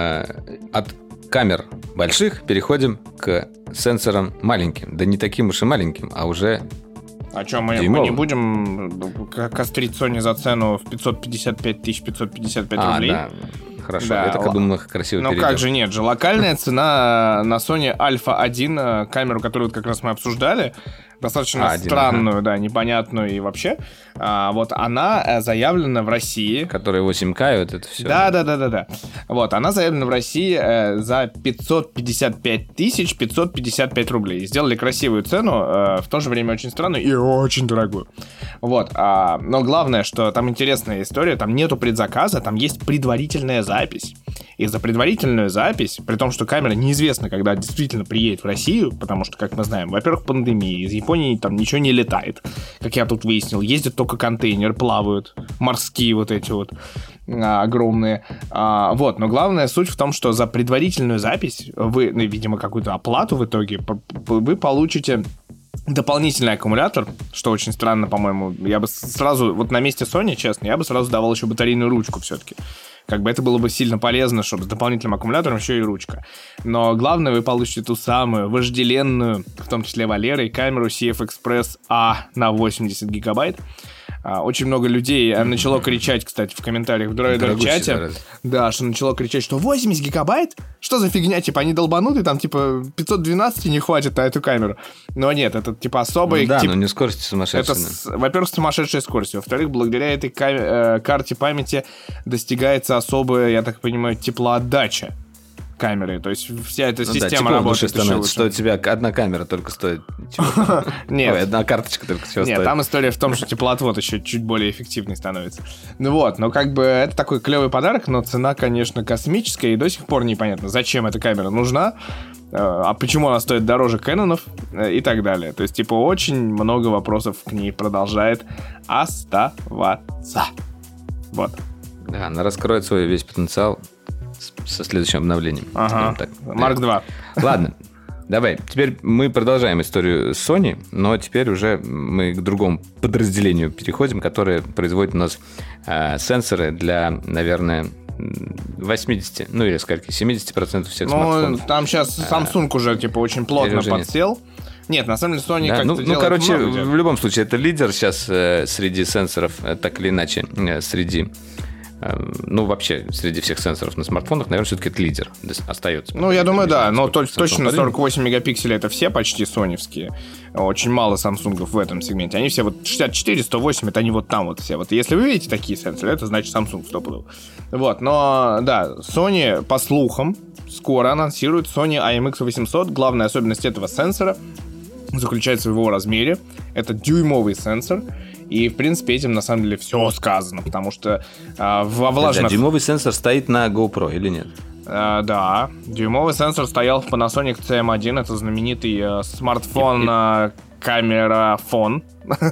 [SPEAKER 2] От камер больших переходим к сенсорам маленьким. Да не таким уж и маленьким, а уже...
[SPEAKER 1] А что, мы не будем кострить Sony за цену в 555 555 рублей?
[SPEAKER 2] Да. Хорошо, да, это как бы мы красиво перейдем.
[SPEAKER 1] Ну как же нет же, локальная цена на Sony Alpha 1, камеру, которую как раз мы обсуждали, достаточно странную, да, непонятную и вообще. Вот она заявлена в России.
[SPEAKER 2] Которая 8К, вот это все.
[SPEAKER 1] Да. Вот, она заявлена в России за 555 555 рублей. Сделали красивую цену, в то же время очень странную и очень дорогую. Вот, но главное, что там интересная история, там нету предзаказа, там есть предварительная запись. И за предварительную запись, при том, что камера неизвестно, когда действительно приедет в Россию, потому что, как мы знаем, во-первых, пандемия, из Японии там ничего не летает, как я тут выяснил, ездят только контейнеры, плавают, морские вот эти вот огромные. Вот, но главная суть в том, что за предварительную запись вы, видимо, какую-то оплату в итоге вы получите дополнительный аккумулятор, что очень странно, по-моему. Я бы сразу, вот на месте Sony, честно, я бы сразу давал еще батарейную ручку все-таки. Как бы это было бы сильно полезно, чтобы с дополнительным аккумулятором еще и ручка. Но главное, вы получите ту самую вожделенную, в том числе Валерой, камеру CF Express A на 80 гигабайт. Очень много людей начало кричать, кстати, в комментариях в Droider-чате. Да, что начало кричать, что 80 гигабайт? Что за фигня? Типа, они долбануты, там, типа, 512 не хватит на эту камеру. Но нет, это, типа, особый...
[SPEAKER 2] Да, но не скорость сумасшедшая.
[SPEAKER 1] Это, во-первых, сумасшедшая скорость. Во-вторых, благодаря этой карте памяти достигается особая, я так понимаю, теплоотдача камеры, то есть вся эта система работает еще лучше.
[SPEAKER 2] Что у тебя одна камера только стоит.
[SPEAKER 1] Нет.
[SPEAKER 2] Одна карточка только всего стоит.
[SPEAKER 1] Нет, там история в том, что теплоотвод еще чуть более эффективный становится. Ну вот, но как бы это такой клевый подарок, но цена, конечно, космическая, и до сих пор непонятно, зачем эта камера нужна, а почему она стоит дороже Кэнонов и так далее. То есть, типа, очень много вопросов к ней продолжает оставаться. Вот.
[SPEAKER 2] Да, она раскроет свой весь потенциал со следующим обновлением.
[SPEAKER 1] Ага, Mark 2.
[SPEAKER 2] Ладно, давай. Теперь мы продолжаем историю Sony, но теперь уже мы к другому подразделению переходим, которое производит у нас сенсоры для, наверное, 80, ну или скольки, 70% всех смартфонов.
[SPEAKER 1] Ну, там сейчас Samsung уже, типа, очень плотно подсел. Нет, на самом деле Sony как-то делает
[SPEAKER 2] короче,
[SPEAKER 1] много.
[SPEAKER 2] В любом случае, это лидер сейчас среди сенсоров, так или иначе, среди... Ну, вообще, среди всех сенсоров на смартфонах, наверное, все-таки это лидер остается.
[SPEAKER 1] Ну, я думаю, да, но точно 48 мегапикселей это все почти соневские. Очень мало самсунгов в этом сегменте. Они все вот 64, 108, это они вот там вот все. Вот если вы видите такие сенсоры, это значит Samsung стопудово. Вот, но, да, Sony, по слухам, скоро анонсирует Sony IMX800. Главная особенность этого сенсора заключается в его размере. Это дюймовый сенсор. И, в принципе, этим, на самом деле, все сказано, потому что во влажных...
[SPEAKER 2] Дюймовый сенсор стоит на GoPro или нет?
[SPEAKER 1] Да, дюймовый сенсор стоял в Panasonic CM1, это знаменитый смартфон камерафон.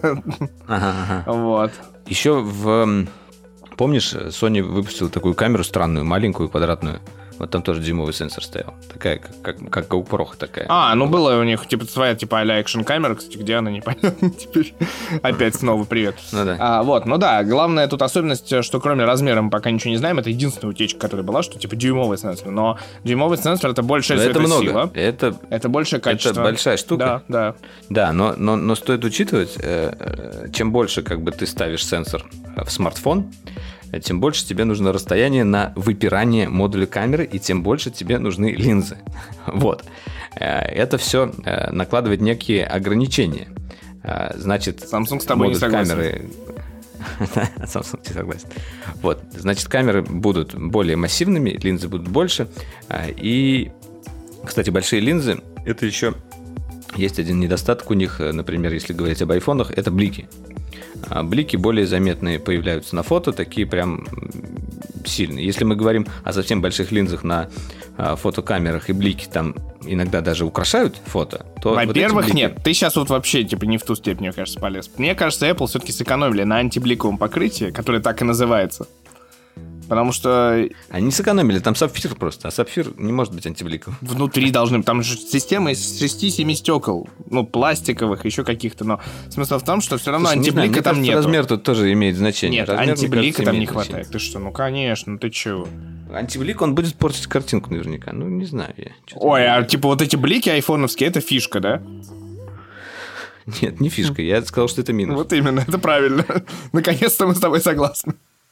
[SPEAKER 1] Вот.
[SPEAKER 2] Еще помнишь, Sony выпустила такую камеру странную, маленькую, квадратную? Вот там тоже дюймовый сенсор стоял. Такая, как GoPro такая.
[SPEAKER 1] Ну было у них типа своя типа а-ля экшн-камера, кстати, где она, непонятно теперь. Опять снова привет.
[SPEAKER 2] Ну да.
[SPEAKER 1] Вот, ну да, главная тут особенность, что кроме размера мы пока ничего не знаем, это единственная утечка, которая была, что типа дюймовый сенсор. Но дюймовый сенсор — это большая светосила. Это большее качество.
[SPEAKER 2] Это большая штука.
[SPEAKER 1] Да.
[SPEAKER 2] Да, но стоит учитывать, чем больше как бы ты ставишь сенсор в смартфон, тем больше тебе нужно расстояние на выпирание модуля камеры, и тем больше тебе нужны линзы. Вот. Это все накладывает некие ограничения. Значит,
[SPEAKER 1] Samsung с тобой не согласен.
[SPEAKER 2] Камеры... Samsung не согласен. Вот, значит, камеры будут более массивными, линзы будут больше. И, кстати, большие линзы, это еще есть один недостаток у них, например, если говорить об айфонах, это блики. Блики более заметные появляются на фото, такие прям сильные. Если мы говорим о совсем больших линзах на фотокамерах, и блики там иногда даже украшают фото, то...
[SPEAKER 1] Во-первых,
[SPEAKER 2] вот блики...
[SPEAKER 1] нет. Ты сейчас вот вообще типа не в ту степень, мне кажется, полез. Мне кажется, Apple все-таки сэкономили на антибликовом покрытии, которое так и называется. Потому что...
[SPEAKER 2] Они сэкономили, там сапфир просто, а сапфир не может быть антибликовым.
[SPEAKER 1] Внутри должны... Там же система из 6-7 стекол. Ну, пластиковых, еще каких-то. Но смысл в том, что все равно антиблика там нет.
[SPEAKER 2] Размер тут тоже имеет значение.
[SPEAKER 1] Нет,
[SPEAKER 2] размер,
[SPEAKER 1] антиблика там не хватает. Ты что, ну конечно, ты чего?
[SPEAKER 2] Антиблик, он будет портить картинку наверняка. Ну, не знаю я.
[SPEAKER 1] Ой, а типа вот эти блики айфоновские, это фишка, да?
[SPEAKER 2] Нет, не фишка. Я сказал, что это минус.
[SPEAKER 1] Вот именно, это правильно. Наконец-то мы с тобой согласны.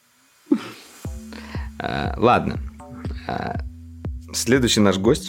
[SPEAKER 2] Ладно. Следующий наш гость.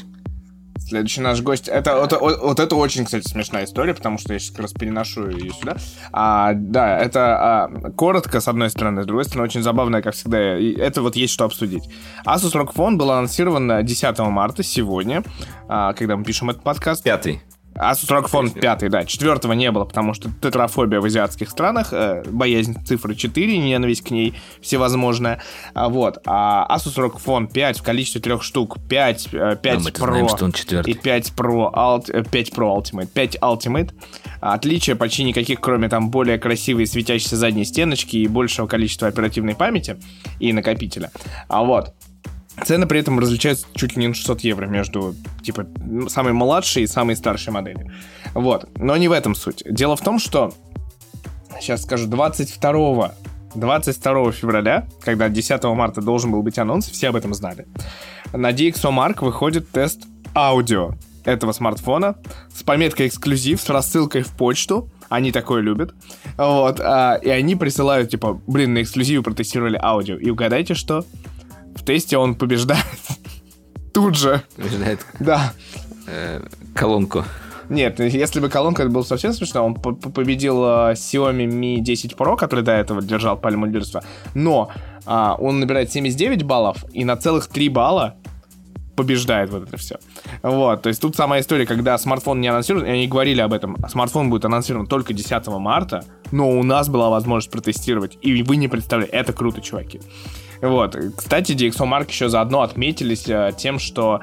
[SPEAKER 1] Это очень, кстати, смешная история, потому что я сейчас как раз переношу ее сюда. Да, это коротко, с одной стороны, с другой стороны, очень забавно, как всегда. И это вот есть что обсудить. Asus ROG Phone был анонсирован 10 марта, сегодня, когда мы пишем этот подкаст.
[SPEAKER 2] 5-й.
[SPEAKER 1] Asus ROG Phone 5, да. 4-го не было, потому что тетрафобия в азиатских странах, боязнь цифры 4, ненависть к ней всевозможная. Вот. А Asus ROG Phone 5 в количестве 3 штук, 5 Pro
[SPEAKER 2] знаем, что он 4-й.
[SPEAKER 1] и 5 Pro Ultimate, 5 Ultimate. Отличия почти никаких, кроме там более красивой светящейся задней стеночки и большего количества оперативной памяти и накопителя. Вот. Цены при этом различаются чуть ли не на 600 евро между, типа, самой младшей и самой старшей моделью. Вот. Но не в этом суть. Дело в том, что, сейчас скажу, 22 февраля, когда 10 марта должен был быть анонс, все об этом знали, на DxOMark выходит тест аудио этого смартфона с пометкой «эксклюзив», с рассылкой в почту. Они такое любят. Вот. И они присылают, типа, на эксклюзиве протестировали аудио. И угадайте, что? В тесте он побеждает тут же.
[SPEAKER 2] Побеждает?
[SPEAKER 1] Да.
[SPEAKER 2] Колонку.
[SPEAKER 1] Нет, если бы колонка, это было совсем смешно. Он победил Xiaomi Mi 10 Pro, который до этого держал пальму лидерства. Но он набирает 79 баллов, и на целых 3 балла побеждает вот это все. Вот, то есть тут самая история, когда смартфон не анонсирован, и они говорили об этом, смартфон будет анонсирован только 10 марта, но у нас была возможность протестировать, и вы не представляете, это круто, чуваки. Вот, кстати, DxOMark еще заодно отметились тем, что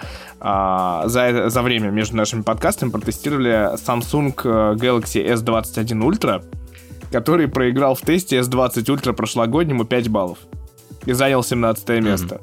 [SPEAKER 1] за время между нашими подкастами протестировали Samsung Galaxy S21 Ultra, который проиграл в тесте S20 Ultra прошлогоднему 5 баллов и занял 17 место.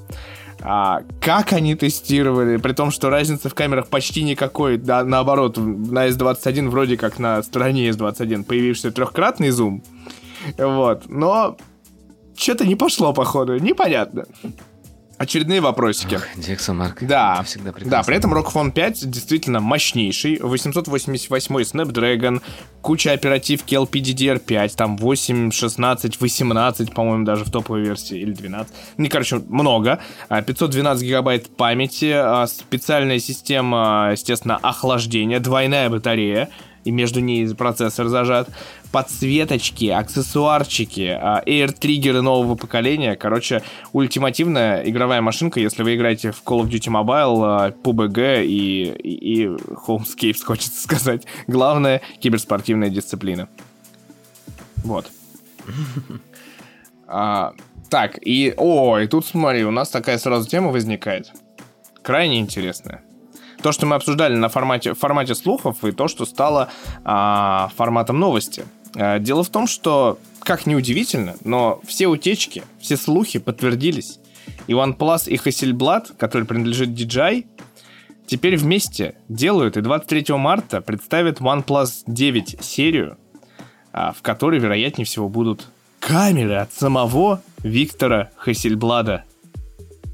[SPEAKER 1] Как они тестировали, при том, что разницы в камерах почти никакой, да, наоборот, на S21 вроде как на стороне S21 появившийся трехкратный зум, вот, но что-то не пошло, походу, непонятно. Очередные вопросики.
[SPEAKER 2] DxOMark.
[SPEAKER 1] Да, да, при этом ROG Phone 5 действительно мощнейший. 888 Snapdragon, куча оперативки LPDDR5, там 8, 16, 18, по-моему, даже в топовой версии, или 12. Ну, короче, много. 512 гигабайт памяти, специальная система, естественно, охлаждения, двойная батарея, и между ней процессор зажат, подсветочки, аксессуарчики, AirTriggerы нового поколения. Короче, ультимативная игровая машинка, если вы играете в Call of Duty Mobile, PUBG и Homescapes, хочется сказать. Главное, киберспортивная дисциплина. Вот. Так, и тут смотри, у нас такая сразу тема возникает. Крайне интересная. То, что мы обсуждали в формате слухов, и то, что стало форматом новости. Дело в том, что, как ни удивительно, но все утечки, все слухи подтвердились. И OnePlus и Hasselblad, который принадлежит DJI, теперь вместе делают и 23 марта представят OnePlus 9 серию, в которой, вероятнее всего, будут камеры от самого Виктора Hasselblad'а.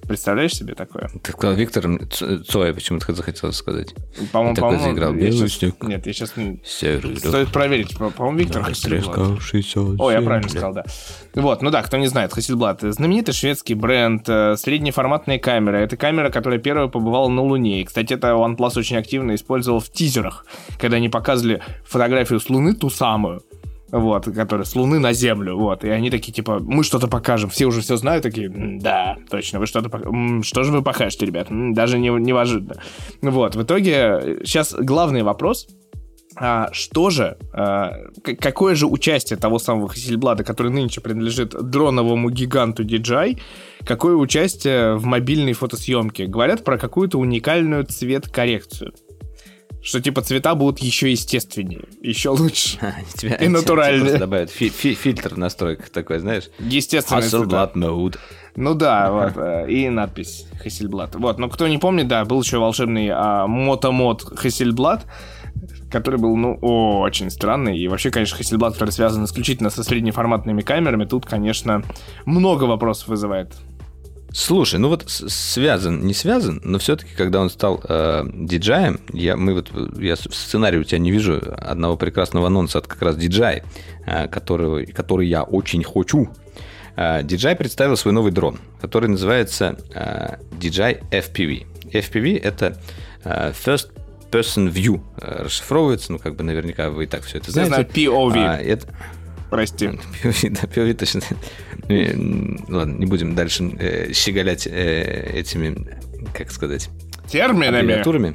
[SPEAKER 1] представляешь себе такое?
[SPEAKER 2] Ты сказал Виктор Цой, почему-то захотел сказать.
[SPEAKER 1] По-моему,
[SPEAKER 2] заиграл белый снег.
[SPEAKER 1] Нет, я сейчас... Стоит проверить. По-моему, Виктор Хасельблад. О, я правильно сказал, да. Вот, ну да, кто не знает, Хасельблад. Знаменитый шведский бренд, среднеформатные камеры. Это камера, которая первая побывала на Луне. И, кстати, это OnePlus очень активно использовал в тизерах, когда они показывали фотографию с Луны, ту самую. Вот, которая с Луны на Землю, вот, и они такие, типа, мы что-то покажем, все уже все знают, такие, да, точно, вы что-то покажете, что же вы покажете, ребят, даже неожиданно. Вот, в итоге, сейчас главный вопрос, что же, какое же участие того самого Хасельблада, который нынче принадлежит дроновому гиганту DJI, какое участие в мобильной фотосъемке? Говорят про какую-то уникальную цветкоррекцию. Что, типа, цвета будут еще естественнее, еще лучше и натуральнее.
[SPEAKER 2] Добавят фильтр в настройках такой, знаешь?
[SPEAKER 1] Естественный
[SPEAKER 2] Hasselblad Mode.
[SPEAKER 1] Ну да, вот, и надпись Hasselblad. Вот, но кто не помнит, да, был еще волшебный мотомод Hasselblad, который был, ну, очень странный. И вообще, конечно, Hasselblad, который связан исключительно со среднеформатными камерами, тут, конечно, много вопросов вызывает.
[SPEAKER 2] Слушай, ну вот связан, не связан, но все-таки, когда он стал DJI, я в сценарии у тебя не вижу одного прекрасного анонса от как раз DJI, который я очень хочу. DJI представил свой новый дрон, который называется DJI FPV. FPV — это First Person View, расшифровывается, ну как бы наверняка вы и так все это знаете.
[SPEAKER 1] Я знаю, POV. Прости.
[SPEAKER 2] POV точно. Ладно, не будем дальше щеголять этими, как сказать,
[SPEAKER 1] терминами.
[SPEAKER 2] Аббревиатурами.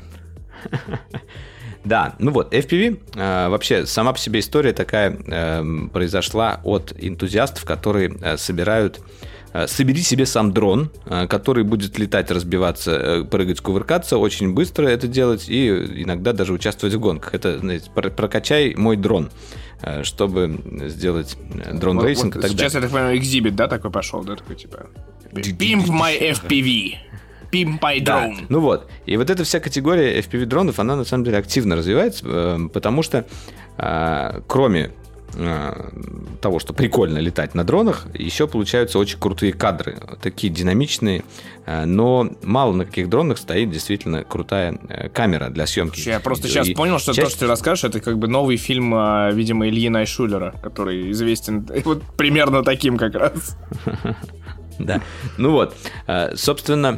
[SPEAKER 2] Да, ну вот, FPV, вообще, сама по себе история такая произошла от энтузиастов, которые собирают... Собери себе сам дрон, который будет летать, разбиваться, прыгать, кувыркаться, очень быстро это делать и иногда даже участвовать в гонках. Это, знаете, прокачай мой дрон, чтобы сделать дрон-рейсинг и так далее.
[SPEAKER 1] Сейчас, я так понимаю, экзибит, да, такой пошел, да, такой типа Pimp my FPV, Pimp my drone.
[SPEAKER 2] Да. Ну вот, и вот эта вся категория FPV-дронов, она на самом деле активно развивается, потому что кроме того, что прикольно летать на дронах, еще получаются очень крутые кадры, такие динамичные, но мало на каких дронах стоит действительно крутая камера для съемки.
[SPEAKER 1] Я просто сейчас понял, что то, что ты расскажешь, это как бы новый фильм, видимо, Ильи Найшулера, который известен вот примерно таким как раз.
[SPEAKER 2] Да, ну вот, собственно,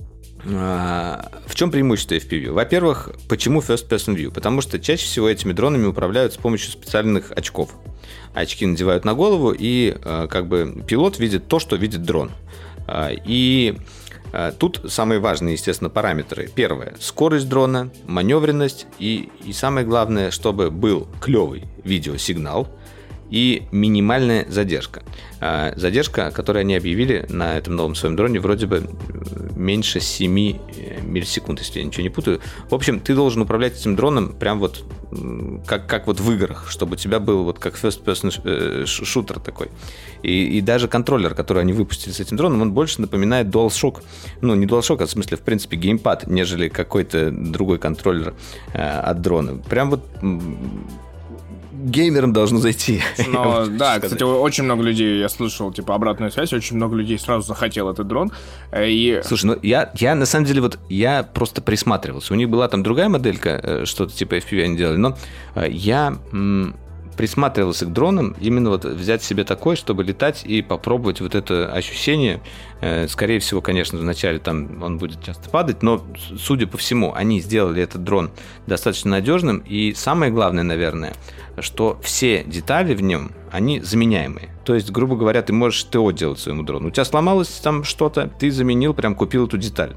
[SPEAKER 2] в чем преимущество FPV? Во-первых, почему First Person View? Потому что чаще всего этими дронами управляют с помощью специальных очков. Очки надевают на голову, и как бы пилот видит то, что видит дрон. И тут самые важные, естественно, параметры. Первое – скорость дрона, маневренность и самое главное, чтобы был клевый видеосигнал и минимальная задержка. Задержка, которую они объявили на этом новом своем дроне, вроде бы меньше 7 миллисекунд, если я ничего не путаю. В общем, ты должен управлять этим дроном прям вот как вот в играх, чтобы у тебя был вот как first-person шутер такой. И даже контроллер, который они выпустили с этим дроном, он больше напоминает DualShock. Ну, не DualShock, а в смысле, в принципе, геймпад, нежели какой-то другой контроллер от дрона. Прям вот... геймерам должно зайти.
[SPEAKER 1] Но, да, кстати, очень много людей, я слышал, типа, обратную связь, очень много людей сразу захотел этот дрон. И...
[SPEAKER 2] Слушай, ну я на самом деле, вот я просто присматривался. У них была там другая моделька, что-то типа FPV они делали, но я присматривался к дронам, именно вот взять себе такой, чтобы летать и попробовать вот это ощущение. Скорее всего, конечно, вначале там он будет часто падать, но, судя по всему, они сделали этот дрон достаточно надежным. И самое главное, наверное, что все детали в нем, они заменяемые. То есть, грубо говоря, ты можешь ТО делать своему дрону. У тебя сломалось там что-то, ты заменил, прям купил эту деталь.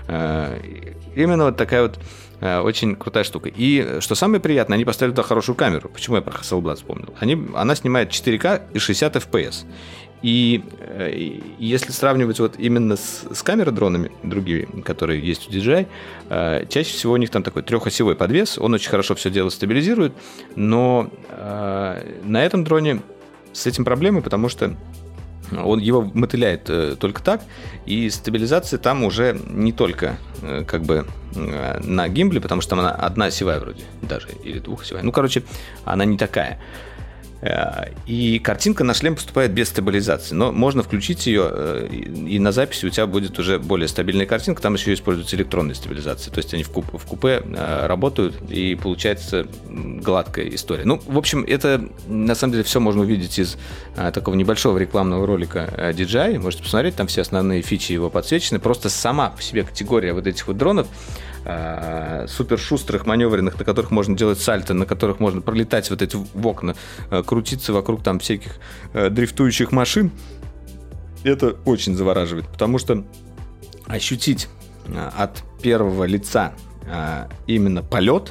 [SPEAKER 2] Именно вот такая вот очень крутая штука. И что самое приятное, они поставили туда хорошую камеру. Почему я про Hasselblad вспомнил? Она снимает 4К и 60 FPS. И если сравнивать вот именно с камеродронами другими, которые есть у DJI, чаще всего у них там такой трехосевой подвес, он очень хорошо все дело стабилизирует, но на этом дроне с этим проблемы, потому что он его мотыляет только так, и стабилизация там уже не только как бы на гимбле, потому что там она одноосевая вроде даже, или двухосевая. Ну, короче, она не такая. И картинка на шлем поступает без стабилизации. Но можно включить ее, и на записи у тебя будет уже более стабильная картинка. Там еще используется электронная стабилизация. То есть они в купе работают, и получается гладкая история. Ну, в общем, это на самом деле все можно увидеть из такого небольшого рекламного ролика DJI. Можете посмотреть, там все основные фичи его подсвечены. Просто сама по себе категория вот этих вот дронов, супер шустрых, маневренных, на которых можно делать сальто, на которых можно пролетать вот эти в окна, крутиться вокруг там всяких дрифтующих машин, это очень завораживает, потому что ощутить от первого лица именно полет,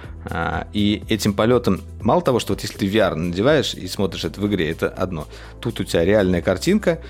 [SPEAKER 2] и этим полетом, мало того, что вот если ты VR надеваешь и смотришь это в игре, это одно. Тут у тебя реальная картинка,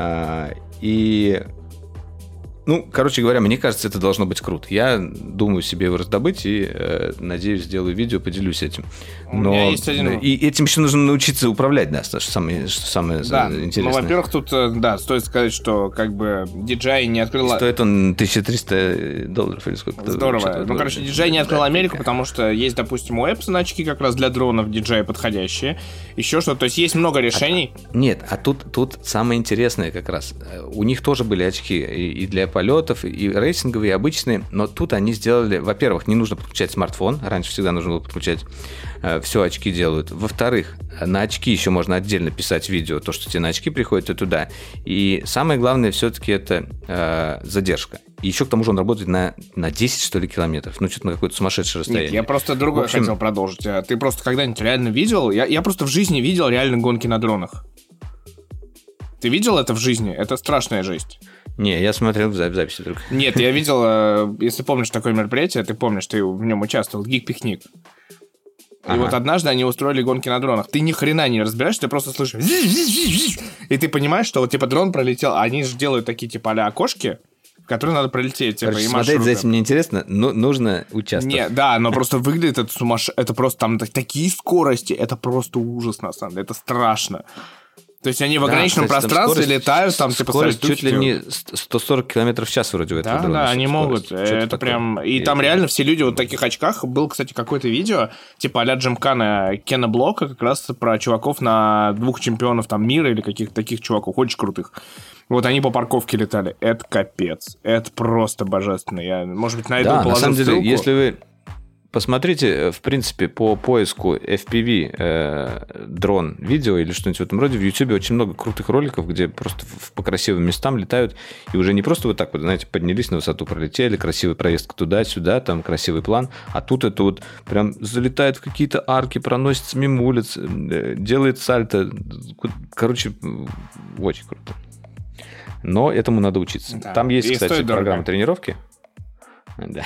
[SPEAKER 2] и... Ну, короче говоря, мне кажется, это должно быть круто. Я думаю себе его раздобыть и, надеюсь, сделаю видео, поделюсь этим. Но... У меня есть один... И этим еще нужно научиться управлять, да, что самое интересное.
[SPEAKER 1] Ну, во-первых, тут, да, стоит сказать, что как бы DJI не открыла...
[SPEAKER 2] Стоит он $1300 или сколько-то.
[SPEAKER 1] Здорово. Ну, короче, DJI не открыл Америку, потому что есть, допустим, у Epson очки как раз для дронов DJI подходящие. Еще что-то. То есть есть много решений.
[SPEAKER 2] Нет, а тут самое интересное как раз. У них тоже были очки и для полетов, и рейсинговые, и обычные, но тут они сделали, во-первых, не нужно подключать смартфон, раньше всегда нужно было подключать, все очки делают. Во-вторых, на очки еще можно отдельно писать видео, то, что тебе на очки приходит, и туда. И самое главное все-таки это задержка. И еще к тому же он работает на 10, что ли, километров. Ну, что-то на какое-то сумасшедшее расстояние.
[SPEAKER 1] Нет, я просто другое хотел продолжить. Ты просто когда-нибудь реально видел? Я просто в жизни видел реально гонки на дронах. Ты видел это в жизни? Это страшная жесть.
[SPEAKER 2] Не, я смотрел в записи только.
[SPEAKER 1] Нет, я видел, если помнишь такое мероприятие, ты помнишь, ты в нем участвовал, Гик-пикник. И вот однажды они устроили гонки на дронах. Ты ни хрена не разбираешь, ты просто слышишь. И ты понимаешь, что вот типа дрон пролетел, а они же делают такие типа а-ля окошки, в которые надо пролететь. Типа,
[SPEAKER 2] короче, смотреть за этим неинтересно, но нужно участвовать.
[SPEAKER 1] Не, да, но просто выглядит это сумасшедше. Это просто там такие скорости, это просто ужас, на самом деле, это страшно. То есть они в ограниченном пространстве скорость, летают, там типа
[SPEAKER 2] скорость чуть ли не 140 км в час вроде в этом дроне.
[SPEAKER 1] Да, они могут. Это прям... И там реально все люди вот в таких очках. Был, кстати, какое-то видео, типа а-ля Джимкана Кена Блока, как раз про чуваков на 2 чемпионов там мира или каких-то таких чуваков, очень крутых. Вот они по парковке летали. Это капец. Это просто божественно. Я, может быть, найду, положу
[SPEAKER 2] на самом деле,
[SPEAKER 1] ссылку.
[SPEAKER 2] Если вы... Посмотрите, в принципе, по поиску FPV дрон видео или что-нибудь в этом роде. В YouTube очень много крутых роликов, где просто по красивым местам летают. И уже не просто вот так вот, знаете, поднялись на высоту, пролетели, красивый проезд туда-сюда, там красивый план. А тут это вот прям залетает в какие-то арки, проносится мимо улиц, делает сальто. Короче, очень круто. Но этому надо учиться. Да. Там есть, кстати, программа тренировки. Да.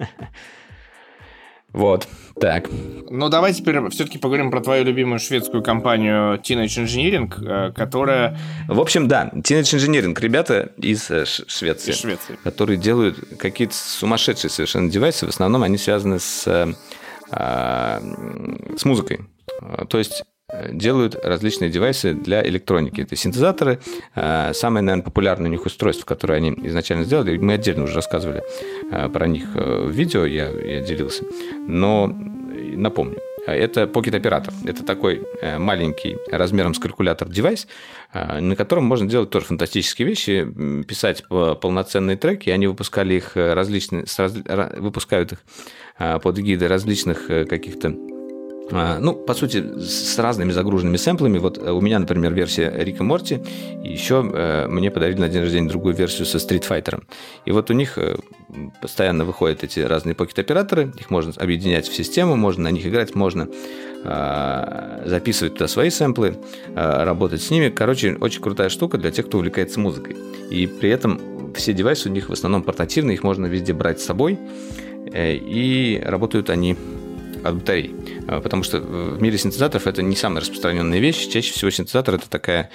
[SPEAKER 2] Вот, так.
[SPEAKER 1] Ну, давай теперь все-таки поговорим про твою любимую шведскую компанию Teenage Engineering, которая...
[SPEAKER 2] В общем, да, Teenage Engineering, ребята из Швеции, которые делают какие-то сумасшедшие совершенно девайсы. В основном они связаны с музыкой. То есть делают различные девайсы для электроники. Это синтезаторы. Самое, наверное, популярное у них устройство, которое они изначально сделали, мы отдельно уже рассказывали про них в видео, я делился. Но напомню, это Pocket-оператор. Это такой маленький размером с калькулятор девайс, на котором можно делать тоже фантастические вещи, писать полноценные треки. Они выпускали их выпускают их под эгидой различных каких-то, ну, по сути, с разными загруженными сэмплами. Вот у меня, например, версия Рика Морти, и еще мне подарили на день рождения другую версию со Street Fighter. И вот у них постоянно выходят эти разные покет-операторы, их можно объединять в систему, можно на них играть, можно записывать туда свои сэмплы, работать с ними. Короче, очень крутая штука для тех, кто увлекается музыкой. И при этом все девайсы у них в основном портативные, их можно везде брать с собой, и работают они от батарей. Потому что в мире синтезаторов это не самая распространенная вещь. Чаще всего синтезатор — это такая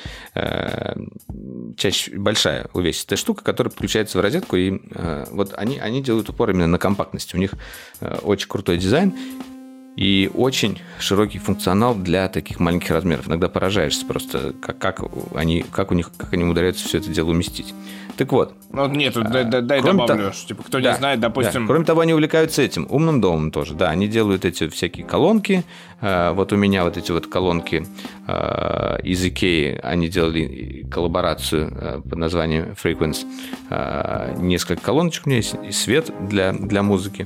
[SPEAKER 2] большая увесистая штука, которая подключается в розетку. И вот они делают упор именно на компактность. У них очень крутой дизайн. И очень широкий функционал для таких маленьких размеров. Иногда поражаешься просто, как они умудряются все это дело уместить. Так вот.
[SPEAKER 1] Ну, нет, дай добавлю, типа, кто не знает, допустим...
[SPEAKER 2] Да. Кроме того, они увлекаются этим, умным домом тоже, да, они делают эти всякие колонки, вот у меня вот эти вот колонки из Икеи, они делали коллаборацию под названием Frequence, несколько колоночек у меня есть, и свет для музыки,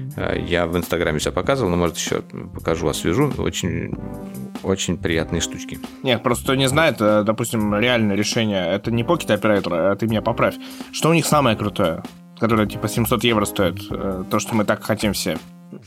[SPEAKER 2] я в Инстаграме себя показывал, но, может, еще покажу, освежу, очень, очень приятные штучки.
[SPEAKER 1] Нет, просто кто не знает, допустим, реальное решение, это не Pocket Operator, ты меня поправь. Что у них самое крутое, которое типа 700 евро стоит, то, что мы так хотим все?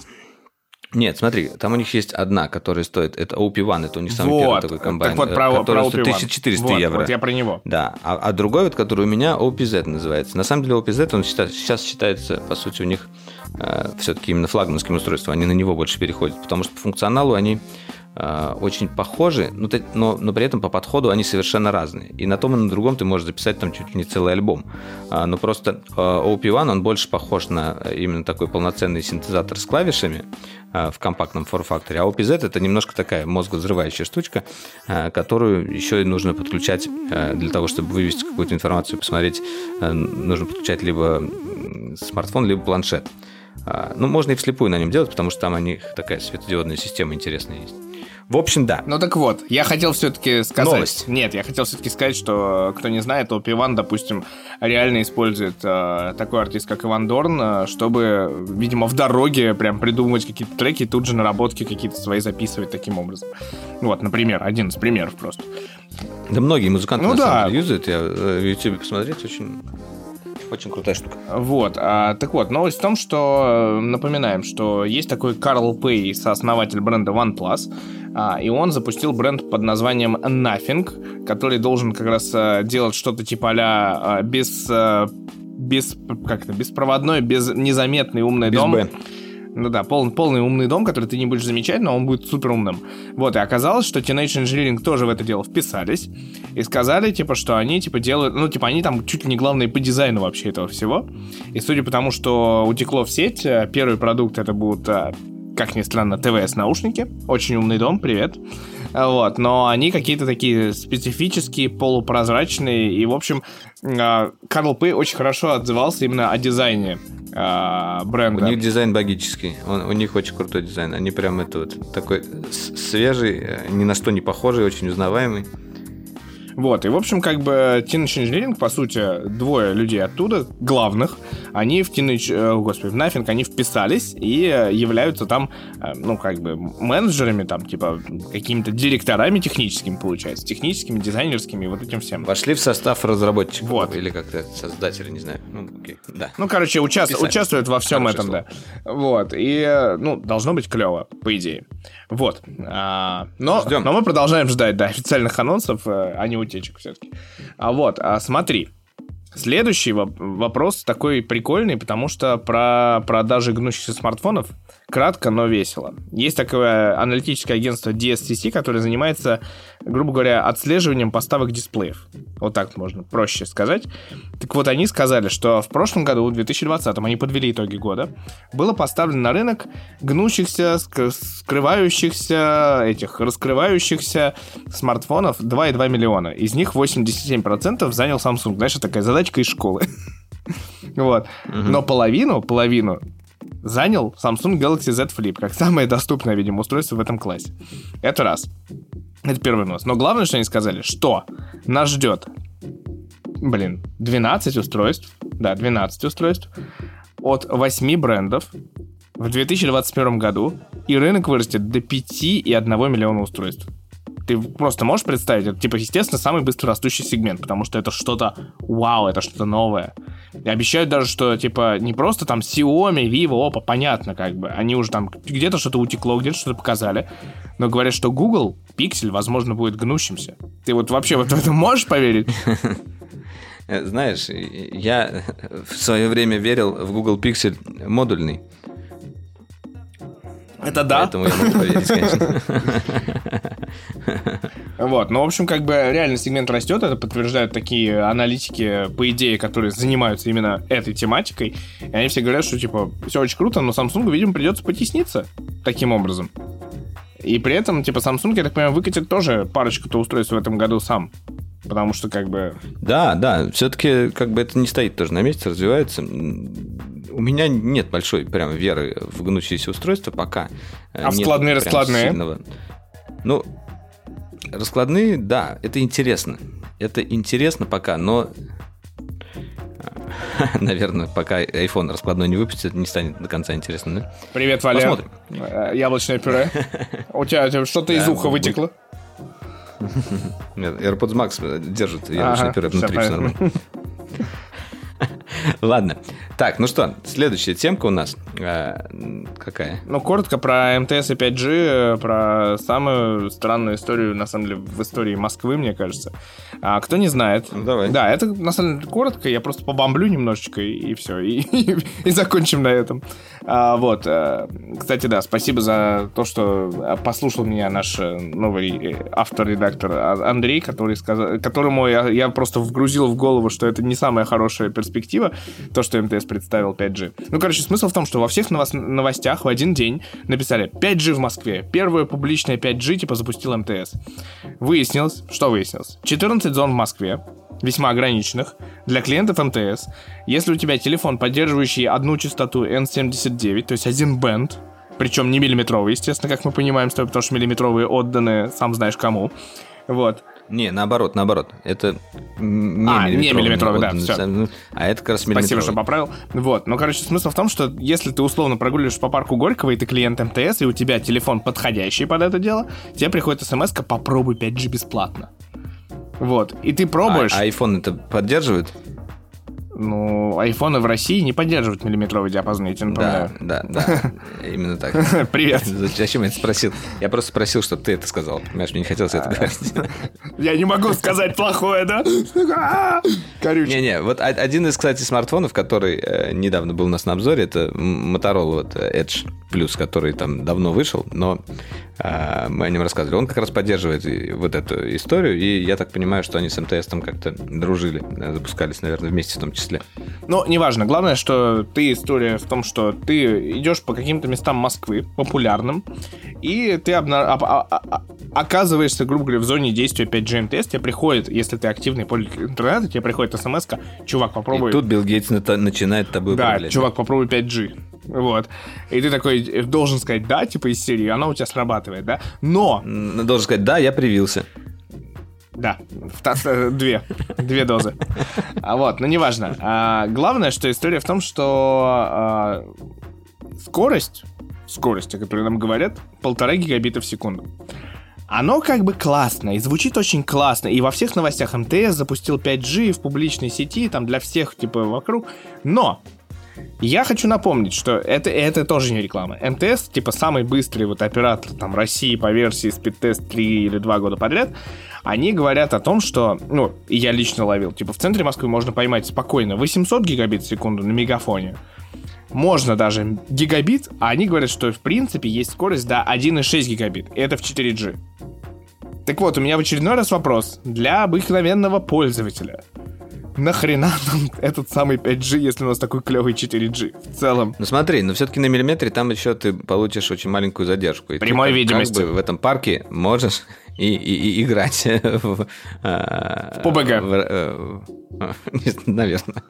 [SPEAKER 2] Нет, смотри, там у них есть одна, которая стоит, это OP1, это у них самый первый такой комбайн,
[SPEAKER 1] так вот,
[SPEAKER 2] который стоит 1400 евро.
[SPEAKER 1] Вот я про него.
[SPEAKER 2] Да, а другой, вот, который у меня, OPZ называется. На самом деле OPZ, он сейчас считается, по сути, у них все-таки именно флагманским устройством, они на него больше переходят, потому что по функционалу они очень похожи, но при этом по подходу они совершенно разные. И на том, и на другом ты можешь записать там чуть ли не целый альбом. Но просто OP1, он больше похож на именно такой полноценный синтезатор с клавишами в компактном форм-факторе. А OPZ это немножко такая мозговзрывающая штучка, которую еще и нужно подключать для того, чтобы вывести какую-то информацию, посмотреть, нужно подключать либо смартфон, либо планшет. Ну, можно и вслепую на нем делать, потому что там у них такая светодиодная система интересная есть. В общем, да.
[SPEAKER 1] Ну так вот, я хотел все-таки сказать...
[SPEAKER 2] Новость.
[SPEAKER 1] Нет, я хотел все-таки сказать, что, кто не знает, OP1, допустим, реально использует такой артист, как Иван Дорн, чтобы, видимо, в дороге прям придумывать какие-то треки, тут же наработки какие-то свои записывать таким образом. Вот, например, один из примеров просто.
[SPEAKER 2] Да многие музыканты на самом деле юзают. Я в YouTube посмотреть очень крутая штука.
[SPEAKER 1] Вот, так вот, новость в том, что напоминаем, что есть такой Карл Пэй, сооснователь бренда OnePlus, и он запустил бренд под названием Nothing, который должен как раз делать что-то типа а-ля беспроводной, незаметный умный дом. Ну да, полный умный дом, который ты не будешь замечать, но он будет супер умным. Вот, и оказалось, что Teenage Engineering тоже в это дело вписались и сказали, типа, что они, типа, делают... Ну, типа, они там чуть ли не главные по дизайну вообще этого всего. И судя по тому, что утекло в сеть, первый продукт это будут, как ни странно, ТВС-наушники. Очень умный дом, привет. Вот, но они какие-то такие специфические, полупрозрачные. И, в общем, Карл Пэй очень хорошо отзывался именно о дизайне бренда.
[SPEAKER 2] У них дизайн богический. У них очень крутой дизайн. Они прям это вот такой свежий, ни на что не похожий, очень узнаваемый.
[SPEAKER 1] Вот, и, в общем, как бы Teenage Engineering, по сути, двое людей оттуда, главных, они в Nothing, они вписались и являются там, ну, как бы, менеджерами, там, типа, какими-то директорами техническими, получается, техническими, дизайнерскими, вот этим всем.
[SPEAKER 2] Вошли в состав разработчиков, вот. Или как-то создателя, не знаю. Ну, окей, да.
[SPEAKER 1] Ну, короче, участвуют во всем этом, слово. Да. Вот, и, ну, должно быть клево, по идее. Вот. Но мы продолжаем ждать, да, официальных анонсов, а не утечек все-таки. Смотри. Следующий вопрос такой прикольный, потому что про продажи гнущихся смартфонов кратко, но весело. Есть такое аналитическое агентство DSCC, которое занимается, грубо говоря, отслеживанием поставок дисплеев. Вот так можно проще сказать. Так вот, они сказали, что в прошлом году, в 2020-м, они подвели итоги года, было поставлено на рынок гнущихся, раскрывающихся смартфонов 2,2 миллиона. Из них 87% занял Samsung. Знаешь, такая задачка из школы. Вот. Но половину занял Samsung Galaxy Z Flip, как самое доступное, видимо, устройство в этом классе. Это раз. Это первый нос. Но главное, что они сказали, что нас ждет, 12 устройств. Да, 12 устройств от 8 брендов в 2021 году, и рынок вырастет до 5,1 миллиона устройств. Ты просто можешь представить, это, типа, естественно, самый быстрорастущий сегмент, потому что это что-то вау, это что-то новое. И обещают даже, что, типа, не просто там Xiaomi, Vivo, Oppo, понятно, как бы, они уже там где-то что-то утекло, где-то что-то показали, но говорят, что Google Pixel, возможно, будет гнущимся. Ты вот вообще вот в это можешь поверить?
[SPEAKER 2] Знаешь, я в свое время верил в Google Pixel модульный.
[SPEAKER 1] Это да.
[SPEAKER 2] Поэтому я могу поверить, конечно.
[SPEAKER 1] Вот, ну, в общем, как бы реально сегмент растет, это подтверждают такие аналитики, по идее, которые занимаются именно этой тематикой, и они все говорят, что, типа, все очень круто, но Samsung, видимо, придется потесниться. таким образом. И при этом, типа, Samsung, я так понимаю, выкатит тоже парочку-то устройств в этом году сам. Потому что, как бы...
[SPEAKER 2] Да, все-таки, как бы, это не стоит тоже на месте, развивается. У меня нет большой прям веры в гнущиеся устройства пока.
[SPEAKER 1] А в складные-раскладные?
[SPEAKER 2] Ну, раскладные, да, это интересно. Это интересно пока, но... Наверное, пока iPhone раскладной не выпустит, не станет до конца интересно, да?
[SPEAKER 1] Привет, Валер.
[SPEAKER 2] Посмотрим.
[SPEAKER 1] Яблочное пюре. У тебя что-то из уха вытекло?
[SPEAKER 2] Нет, AirPods Max держит яблочное пюре внутри, все нормально. Ладно. Так, ну что, следующая темка у нас какая?
[SPEAKER 1] Ну, коротко про МТС и 5G, про самую странную историю, на самом деле, в истории Москвы, мне кажется. А кто не знает...
[SPEAKER 2] Ну, давай.
[SPEAKER 1] Да, это, на самом деле, коротко, я просто побомблю немножечко, и все, и закончим на этом. Вот. Кстати, да, спасибо за то, что послушал меня наш новый автор-редактор Андрей, которому я просто вгрузил в голову, что это не самая хорошая перспектива, то, что МТС представил 5G. Ну, короче, смысл в том, что во всех новостях в один день написали 5G в Москве. Первое публичное 5G типа запустил МТС. Выяснилось, что выяснилось? 14 зон в Москве, весьма ограниченных, для клиентов МТС. Если у тебя телефон, поддерживающий одну частоту N79, то есть один бенд, причем не миллиметровый, естественно, как мы понимаем, потому что миллиметровые отданы сам знаешь кому. Вот.
[SPEAKER 2] Не, наоборот. Это не
[SPEAKER 1] миллиметровый, да, все.
[SPEAKER 2] А это как раз миллиметровый.
[SPEAKER 1] Спасибо, что поправил. Вот, ну, короче, смысл в том, что если ты условно прогуливаешь по парку Горького, и ты клиент МТС, и у тебя телефон подходящий под это дело, тебе приходит смс-ка «Попробуй 5G бесплатно». Вот, и ты пробуешь...
[SPEAKER 2] А iPhone это поддерживает?
[SPEAKER 1] Ну, айфоны в России не поддерживают миллиметровый диапазон, я тебе напоминаю.
[SPEAKER 2] Да, именно так.
[SPEAKER 1] Привет.
[SPEAKER 2] Зачем я это спросил? Я просто спросил, чтобы ты это сказал. Понимаешь, мне не хотелось это говорить.
[SPEAKER 1] Я не могу сказать плохое, да? Короче.
[SPEAKER 2] Не-не, вот один из, кстати, смартфонов, который недавно был у нас на обзоре, это Motorola вот, Edge Plus, который там давно вышел, но мы о нем рассказывали. Он как раз поддерживает вот эту историю, и я так понимаю, что они с МТС там как-то дружили, запускались, наверное, вместе в том числе.
[SPEAKER 1] Ну, неважно. Главное, что история в том, что ты идешь по каким-то местам Москвы, популярным, и ты оказываешься, грубо говоря, в зоне действия 5G МТС. Тебе приходит, если ты активный пользователь интернета, тебе приходит смс-ка: чувак, попробуй...
[SPEAKER 2] И тут Билл Гейтс начинает тобой управлять.
[SPEAKER 1] Да, чувак, попробуй 5G. Вот. И ты такой должен сказать «да», типа из серии, она у тебя срабатывает, да? Но...
[SPEAKER 2] Должен сказать «да, я привился».
[SPEAKER 1] Да, две дозы. Вот, но неважно. Главное, что история в том, что скорость, о которой нам говорят, 1,5 гигабита в секунду. Оно как бы классно, и звучит очень классно. И во всех новостях МТС запустил 5G в публичной сети, там для всех, типа, вокруг. Но я хочу напомнить, что это тоже не реклама. МТС, типа, самый быстрый вот оператор там России по версии Speedtest 3 или 2 года подряд. Они говорят о том, что, ну, и я лично ловил, типа, в центре Москвы можно поймать спокойно 800 гигабит в секунду на мегафоне. Можно даже гигабит, а они говорят, что в принципе есть скорость до 1,6 гигабит. И это в 4G. Так вот, у меня в очередной раз вопрос для обыкновенного пользователя. Нахрена нам этот самый 5G, если у нас такой клевый 4G в целом?
[SPEAKER 2] Ну смотри, но все-таки на миллиметре там еще ты получишь очень маленькую задержку. И
[SPEAKER 1] прямой видимости.
[SPEAKER 2] Как бы в этом парке можешь и играть в
[SPEAKER 1] ПУБГ.
[SPEAKER 2] Наверное.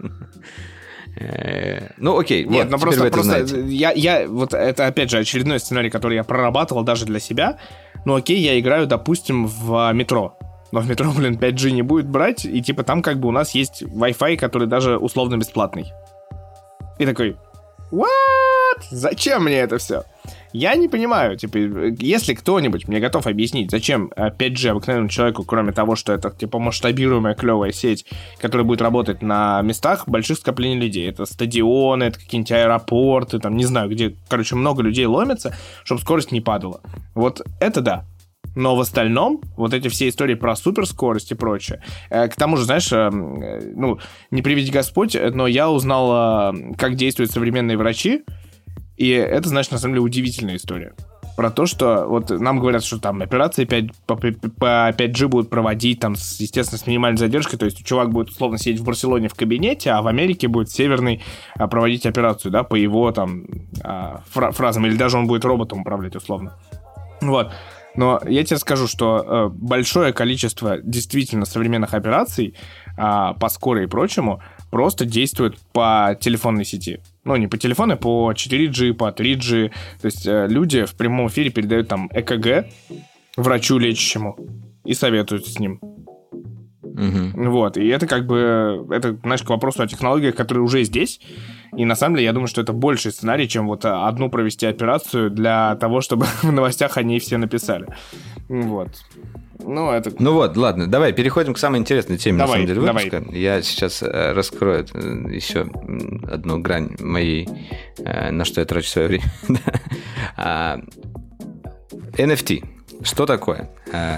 [SPEAKER 2] Ну, окей.
[SPEAKER 1] Нет, вот, ну просто я вот это, опять же, очередной сценарий, который я прорабатывал даже для себя. Ну, окей, я играю, допустим, в метро. Но в метро, 5G не будет брать, и типа там как бы у нас есть Wi-Fi, который даже условно бесплатный. И такой, what? Зачем мне это все? Я не понимаю, типа, если кто-нибудь мне готов объяснить, зачем 5G обыкновенному человеку, кроме того, что это, типа, масштабируемая клевая сеть, которая будет работать на местах больших скоплений людей. Это стадионы, это какие-нибудь аэропорты, там, не знаю, где, короче, много людей ломится, чтобы скорость не падала. Вот это да. Но в остальном, вот эти все истории про суперскорость и прочее. К тому же, знаешь, ну, не приведи Господь, но я узнал, как действуют современные врачи, и это, знаешь, на самом деле удивительная история. про то, что вот нам говорят, что там операции по 5G будут проводить, там, естественно, с минимальной задержкой, то есть чувак будет условно сидеть в Барселоне в кабинете, а в Америке будет Северный проводить операцию, да, по его там фразам, или даже он будет роботом управлять условно. Вот. Но я тебе скажу, что большое количество действительно современных операций по скорой и прочему просто действует по телефонной сети. Ну, не по телефону, а по 4G, по 3G. То есть люди в прямом эфире передают там ЭКГ врачу лечащему и советуют с ним. Вот, и это как бы, это, знаешь, к вопросу о технологиях, которые уже здесь, и на самом деле я думаю, что это больший сценарий, чем вот одну провести операцию для того, чтобы в новостях о ней все написали. Вот. Ну, это...
[SPEAKER 2] Ну вот, ладно, давай переходим к самой интересной теме, на самом деле, выпуска. Я сейчас раскрою еще одну грань моей, на что я трачу свое время. NFT. Что такое?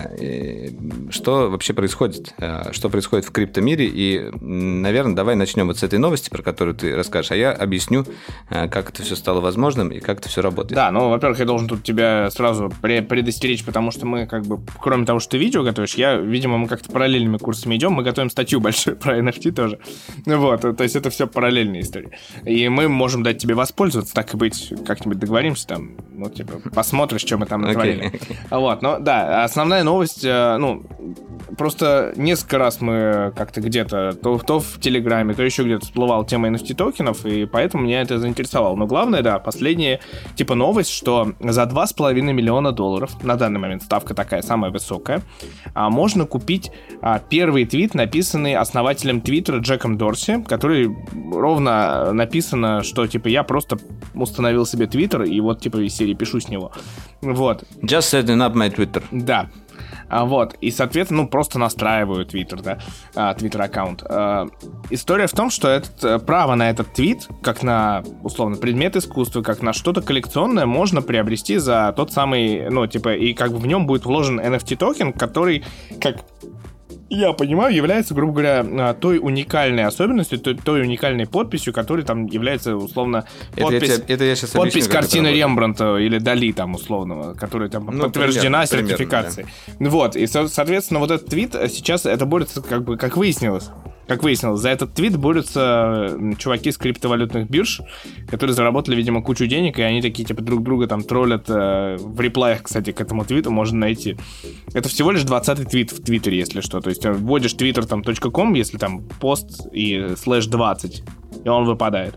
[SPEAKER 2] Что вообще происходит? Что происходит в криптомире? И, наверное, давай начнем вот с этой новости, про которую ты расскажешь, а я объясню, как это все стало возможным и как это все работает.
[SPEAKER 1] Да, ну, во-первых, я должен тут тебя сразу предостеречь, потому что мы как бы, кроме того, что ты видео готовишь, видимо, мы как-то параллельными курсами идем, мы готовим статью большую про NFT тоже. Вот, то есть это все параллельная история. И мы можем дать тебе воспользоваться, так и быть, как-нибудь договоримся там, ну, типа, посмотришь, что мы там натворили. Вот, ну, да, основная новость, ну, просто несколько раз мы как-то где-то, то в Телеграме, то еще где-то всплывала тема NFT-токенов, и поэтому меня это заинтересовало. Но главное, да, последняя, типа, новость, что за $2,5 миллиона, на данный момент ставка такая самая высокая, можно купить первый твит, написанный основателем Твиттера Джеком Дорси, который ровно написано, что, типа, я просто установил себе Твиттер, и вот, типа, из серии пишу с него. Вот.
[SPEAKER 2] Just setting up my Twitter.
[SPEAKER 1] Да. Вот, и, соответственно, ну, просто настраиваю Твиттер, да, Твиттер-аккаунт. История в том, что право на этот твит, как на, условно, предмет искусства, как на что-то коллекционное, можно приобрести за тот самый, ну, типа, и как бы в нем будет вложен NFT-токен, который, как я понимаю, является, грубо говоря, той уникальной особенностью, той уникальной подписью, которой там является, условно, подпись картины Рембрандта или Дали, там, условного, которая там подтверждена сертификацией. Да. Вот, и, соответственно, вот этот твит сейчас, это борется, как бы, как выяснилось, за этот твит борются чуваки с криптовалютных бирж, которые заработали, видимо, кучу денег, и они такие, типа, друг друга там троллят. В реплаях, кстати, к этому твиту можно найти. Это всего лишь 20-й твит в Твиттере, если что. То есть вводишь twitter.com, если там пост и /20, и он выпадает.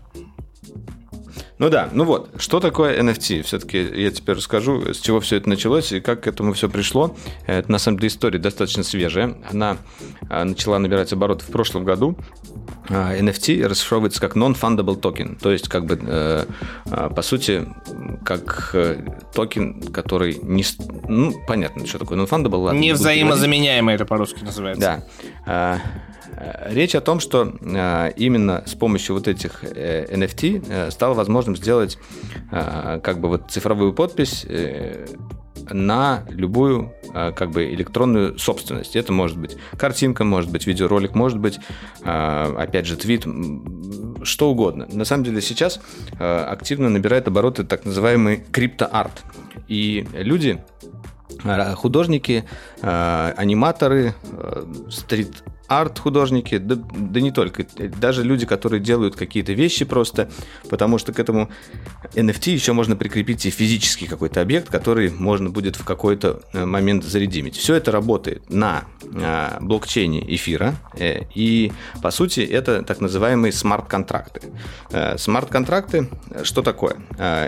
[SPEAKER 2] Ну да, ну вот, что такое NFT? Все-таки я теперь расскажу, с чего все это началось и как к этому все пришло. Это, на самом деле, история достаточно свежая. Она начала набирать обороты в прошлом году. NFT расшифровывается как non-fundable token, то есть, как бы, по сути, как токен, который не... Ну, понятно, что такое non-fundable. Ладно,
[SPEAKER 1] не взаимозаменяемый, это по-русски называется.
[SPEAKER 2] Да. Речь о том, что именно с помощью вот этих NFT стало возможным сделать как бы вот цифровую подпись на любую как бы электронную собственность. Это может быть картинка, может быть видеоролик, может быть, опять же, твит, что угодно. На самом деле сейчас активно набирает обороты так называемый криптоарт. И люди, художники, аниматоры, стрит-арт-художники, да не только, даже люди, которые делают какие-то вещи просто, потому что к этому NFT еще можно прикрепить и физический какой-то объект, который можно будет в какой-то момент зарядимить. Все это работает на блокчейне эфира, и, по сути, это так называемые смарт-контракты. Смарт-контракты, что такое?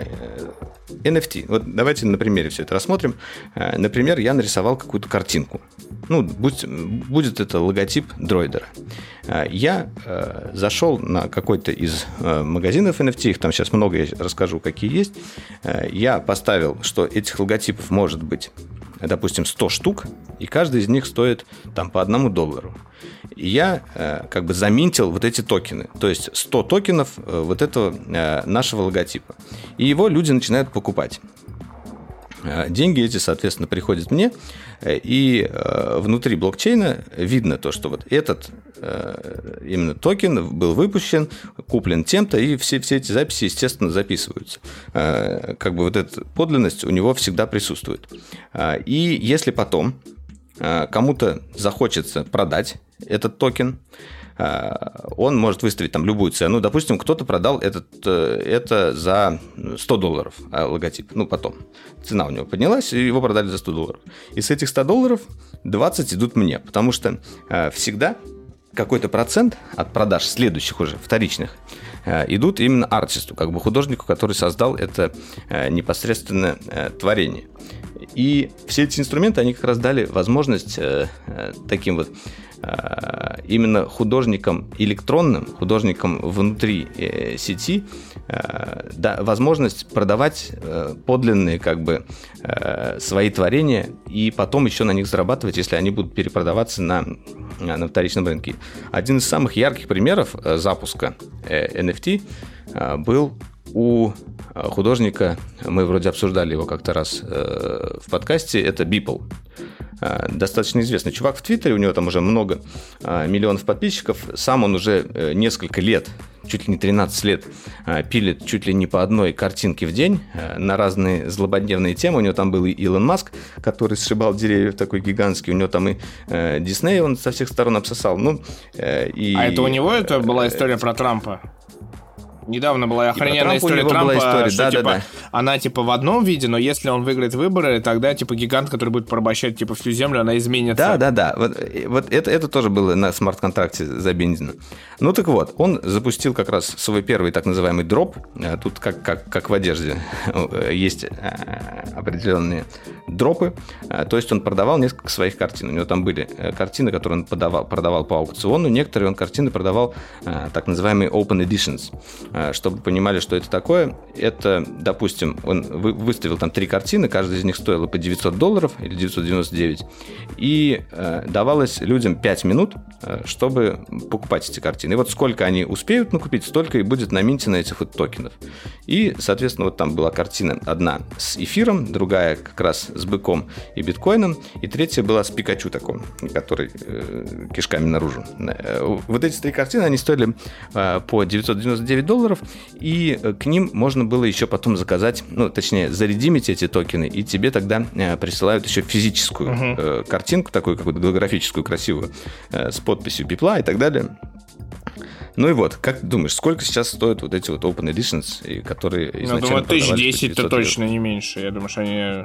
[SPEAKER 2] NFT. Вот давайте на примере все это рассмотрим. Например, я нарисовал какую-то картинку. Ну, будет это логотип дроидера. Я зашел на какой-то из магазинов NFT, их там сейчас много, я расскажу, какие есть. Я поставил, что этих логотипов может быть, допустим, 100 штук, и каждый из них стоит там по $1. И я как бы заминтил вот эти токены. То есть 100 токенов вот этого нашего логотипа. И его люди начинают покупать. деньги эти, соответственно, приходят мне, и внутри блокчейна видно то, что вот этот именно токен был выпущен, куплен тем-то, и все эти записи, естественно, записываются. Как бы вот эта подлинность у него всегда присутствует. И если потом кому-то захочется продать этот токен, он может выставить там любую цену. Допустим, кто-то продал это за $100 логотип. Ну, потом. Цена у него поднялась, и его продали за $100. И с этих $100 20 идут мне, потому что всегда какой-то процент от продаж следующих уже, вторичных, идут именно артисту, как бы художнику, который создал это непосредственно творение. И все эти инструменты, они как раз дали возможность таким вот именно художникам электронным, художникам внутри сети, возможность продавать подлинные как бы свои творения и потом еще на них зарабатывать, если они будут перепродаваться на вторичном рынке. Один из самых ярких примеров запуска NFT был у художника, мы вроде обсуждали его как-то раз в подкасте, это Beeple. Достаточно известный чувак в Твиттере, у него там уже много миллионов подписчиков. Сам он уже несколько лет, чуть ли не 13 лет, пилит чуть ли не по одной картинке в день на разные злободневные темы. У него там был и Илон Маск, который сшибал деревья такой гигантский. У него там и Дисней он со всех сторон обсосал. Ну, и... А
[SPEAKER 1] это у него это была история про Трампа? Недавно была охрененная история Трампа, что типа она типа в одном виде, но если он выиграет выборы, тогда типа гигант, который будет порабощать типа всю землю, она изменится.
[SPEAKER 2] Да. Вот это тоже было на смарт-контракте забиндено. Ну так вот, он запустил как раз свой первый так называемый дроп. Тут как в одежде есть определенные дропы. То есть он продавал несколько своих картин. У него там были картины, которые он продавал по аукциону. Некоторые он картины продавал так называемые open editions. Чтобы вы понимали, что это такое, это, допустим, он выставил там 3 картины, каждая из них стоила по $900 или 999, и давалось людям 5 минут, чтобы покупать эти картины. И вот сколько они успеют накупить, столько и будет наминтено этих вот токенов. И, соответственно, вот там была картина одна с эфиром, другая как раз с быком и биткоином, и третья была с Пикачу таком, который кишками наружу. Вот эти 3 картины, они стоили по $999, и к ним можно было еще потом заказать, ну, точнее, заредимить эти токены, и тебе тогда присылают еще физическую картинку, такую какую-то голографическую, красивую, с подписью Бипла и так далее. Ну и вот, как ты думаешь, сколько сейчас стоят вот эти вот Open Editions, которые изначально продавались?
[SPEAKER 1] Я думаю, 1010-то точно не меньше. Я думаю, что они...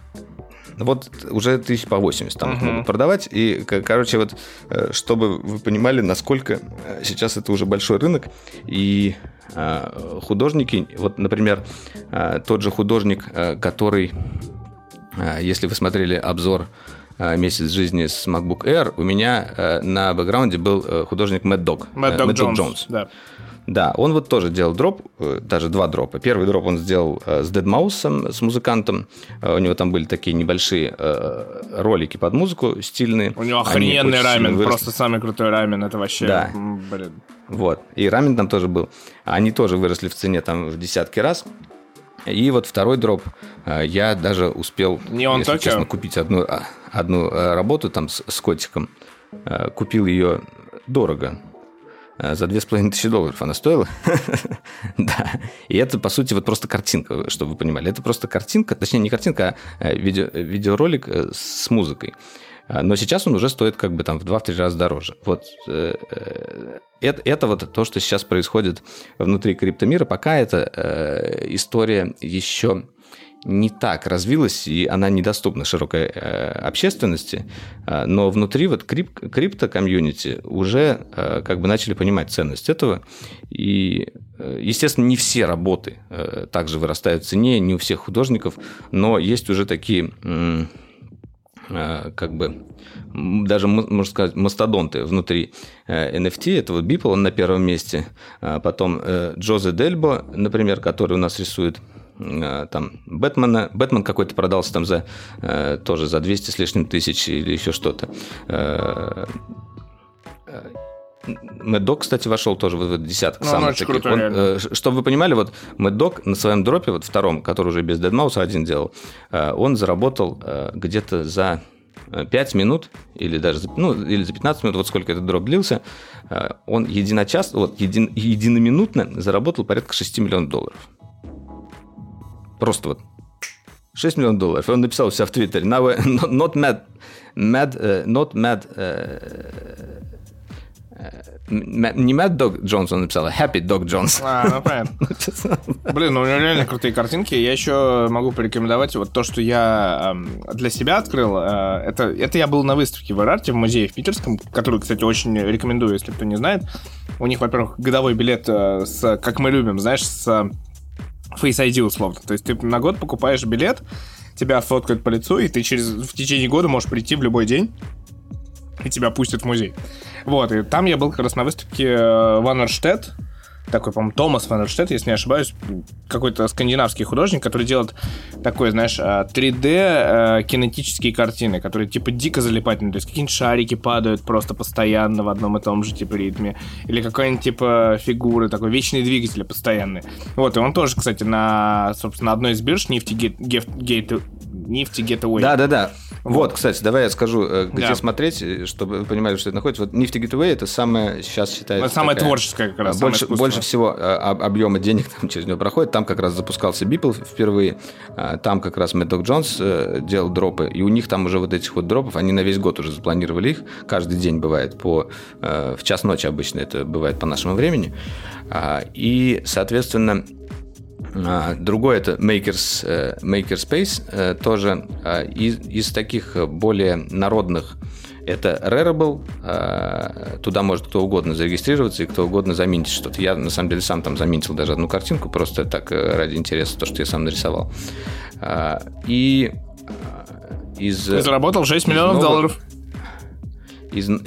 [SPEAKER 2] Вот уже 1080 там могут продавать. И, короче, вот, чтобы вы понимали, насколько сейчас это уже большой рынок. И художники, вот, например, тот же художник, который, если вы смотрели обзор «Месяц жизни» с MacBook Air, у меня на бэкграунде был художник Mad Dog Jones. Да. Да, он вот тоже делал дроп, даже 2 дропа. Первый дроп он сделал с Deadmau5, с музыкантом. У него там были такие небольшие ролики под музыку, стильные.
[SPEAKER 1] У него охрененный рамен, просто самый крутой рамен. Это вообще...
[SPEAKER 2] Да.
[SPEAKER 1] Блин.
[SPEAKER 2] Вот. И рамен там тоже был. Они тоже выросли в цене там в десятки раз. И вот второй дроп я даже успел, если честно, купить одну работу там с котиком. Купил ее дорого. За $2500 она стоила. Да. И это, по сути, вот просто картинка, чтобы вы понимали. Это просто картинка, точнее, не картинка, а видеоролик с музыкой. Но сейчас он уже стоит как бы там в 2-3 раза дороже. Вот это вот то, что сейчас происходит внутри криптомира. Пока эта история еще не так развилась, и она недоступна широкой общественности, но внутри вот крипто-комьюнити уже как бы начали понимать ценность этого, и, естественно, не все работы также вырастают в цене, не у всех художников, но есть уже такие как бы даже, можно сказать, мастодонты внутри NFT. Это вот Beeple, он на первом месте, потом Джозе Дельбо, например, который у нас рисует там Бэтмена. Бэтмен какой-то продался там тоже за 200 с лишним тысяч или еще что-то. Mad Dog, кстати, вошел тоже в этот десяток самых таких. Чтобы вы понимали, вот Mad Dog на своем дропе, вот втором, который уже без Deadmau5 один делал, он заработал где-то за 5 минут или даже или за 15 минут, вот сколько этот дроп длился, он единоминутно заработал порядка $6 миллионов. Просто вот 6 миллионов долларов. И он написал у себя в Твиттере: not mad, не Mad Dog Jones он написал, а Happy Dog Jones.
[SPEAKER 1] Ну понятно. Блин, у него реально крутые картинки. Я еще могу порекомендовать вот то, что я для себя открыл. Это я был на выставке в Эрарте, в музее в Питерском, который, кстати, очень рекомендую, если кто не знает. У них, во-первых, годовой билет, как мы любим, знаешь, с Face ID условно. То есть ты на год покупаешь билет, тебя фоткают по лицу, и ты в течение года можешь прийти в любой день, и тебя пустят в музей. Вот, и там я был как раз на выставке Ван Орштедт, такой, по-моему, Томас Ван Орштедт, если не ошибаюсь, какой-то скандинавский художник, который делает такой, знаешь, 3D кинетические картины, которые типа дико залипательные, то есть какие-нибудь шарики падают просто постоянно в одном и том же типа ритме, или какая-нибудь типа фигуры, такой вечный двигатель постоянный. Вот, и он тоже, кстати, на, собственно, одной из бирж Nifty Gateway.
[SPEAKER 2] Да. Вот, кстати, давай я скажу, где смотреть, чтобы вы понимали, что это находится. Вот Nifty Gateway — это самое, сейчас считается...
[SPEAKER 1] Самое творческое как раз,
[SPEAKER 2] больше всего объема денег там через него проходит. Там как раз запускался Beeple впервые. Там как раз Mad Dog Jones делал дропы. И у них там уже вот этих вот дропов, они на весь год уже запланировали их. Каждый день бывает в час ночи обычно это бывает по нашему времени. И, соответственно... Другой это Makerspace, тоже из таких более народных это Rarible, туда может кто угодно зарегистрироваться и кто угодно заменить что-то. Я на самом деле сам там заменил даже одну картинку, просто так ради интереса, то, что я сам нарисовал. И
[SPEAKER 1] ты заработал $6 миллионов.
[SPEAKER 2] Нет.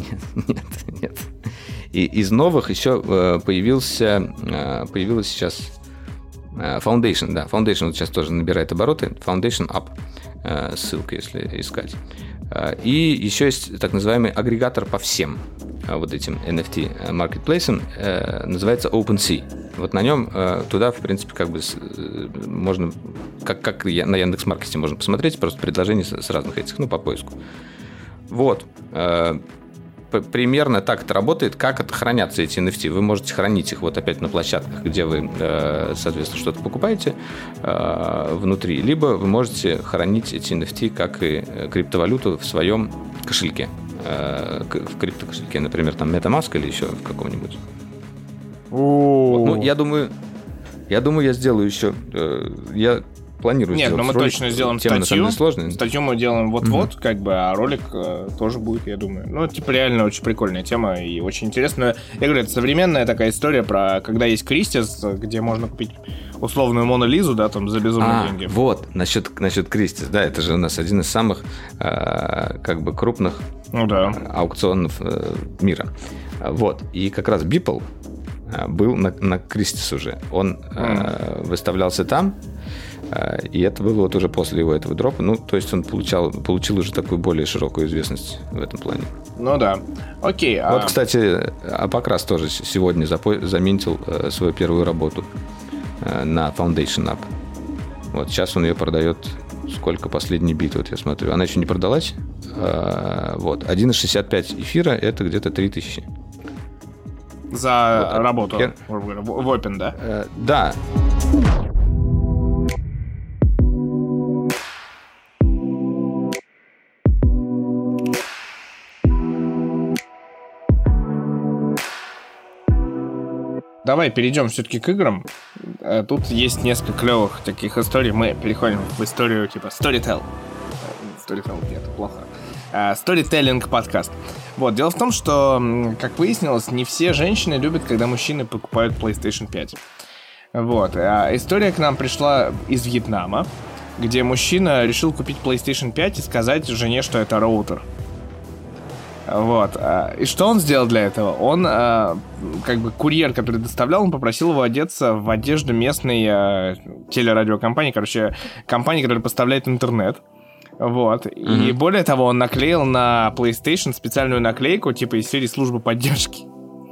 [SPEAKER 2] И из новых еще появилась сейчас Foundation, да. Foundation вот сейчас тоже набирает обороты. Foundation App, ссылка, если искать. И еще есть так называемый агрегатор по всем вот этим NFT маркетплейсам, называется OpenSea. Вот на нем туда, в принципе, как бы можно, как на Яндекс.Маркете можно посмотреть, просто предложения с разных этих, по поиску. Вот. Примерно так это работает. Как это хранятся эти NFT? Вы можете хранить их вот опять на площадках, где вы, соответственно, что-то покупаете внутри. Либо вы можете хранить эти NFT как и криптовалюту в своем кошельке. В криптокошельке, например, там MetaMask или еще в каком-нибудь. Вот. Я думаю, я сделаю еще... Я планирую сделать
[SPEAKER 1] мы
[SPEAKER 2] ролик.
[SPEAKER 1] Точно сделаем статью. Статью мы делаем вот-вот, а ролик тоже будет, я думаю. Реально очень прикольная тема и очень интересная. Я говорю, это современная такая история про, когда есть Кристис, где можно купить условную Мону Лизу, да, там, за безумные деньги.
[SPEAKER 2] Вот, насчет Кристис, да, это же у нас один из самых, крупных аукционов мира. Вот, и как раз Beeple был на Кристис уже. Он выставлялся там, и это было вот уже после его этого дропа. То есть он получил уже такую более широкую известность в этом плане.
[SPEAKER 1] Да. Окей.
[SPEAKER 2] Вот, кстати, Апокрас тоже сегодня заметил свою первую работу на Foundation App. Вот сейчас он ее продает. Сколько последний бит, вот я смотрю. Она еще не продалась. Вот. 1,65 эфира — это где-то 3000.
[SPEAKER 1] За работу в Open, да?
[SPEAKER 2] Да.
[SPEAKER 1] Давай перейдем все-таки к играм. Тут есть несколько клевых таких историй. Мы переходим в историю типа Storytell. Storytell нет, плохо. Storytelling подкаст. Вот, дело в том, что, как выяснилось, не все женщины любят, когда мужчины покупают PlayStation 5. Вот. История к нам пришла из Вьетнама, где мужчина решил купить PlayStation 5 и сказать жене, что это роутер. Вот. И что он сделал для этого? Он, курьер, который доставлял, он попросил его одеться в одежду местной телерадиокомпании, компании, которая поставляет интернет. Вот. И более того, он наклеил на PlayStation специальную наклейку, типа из серии службы поддержки.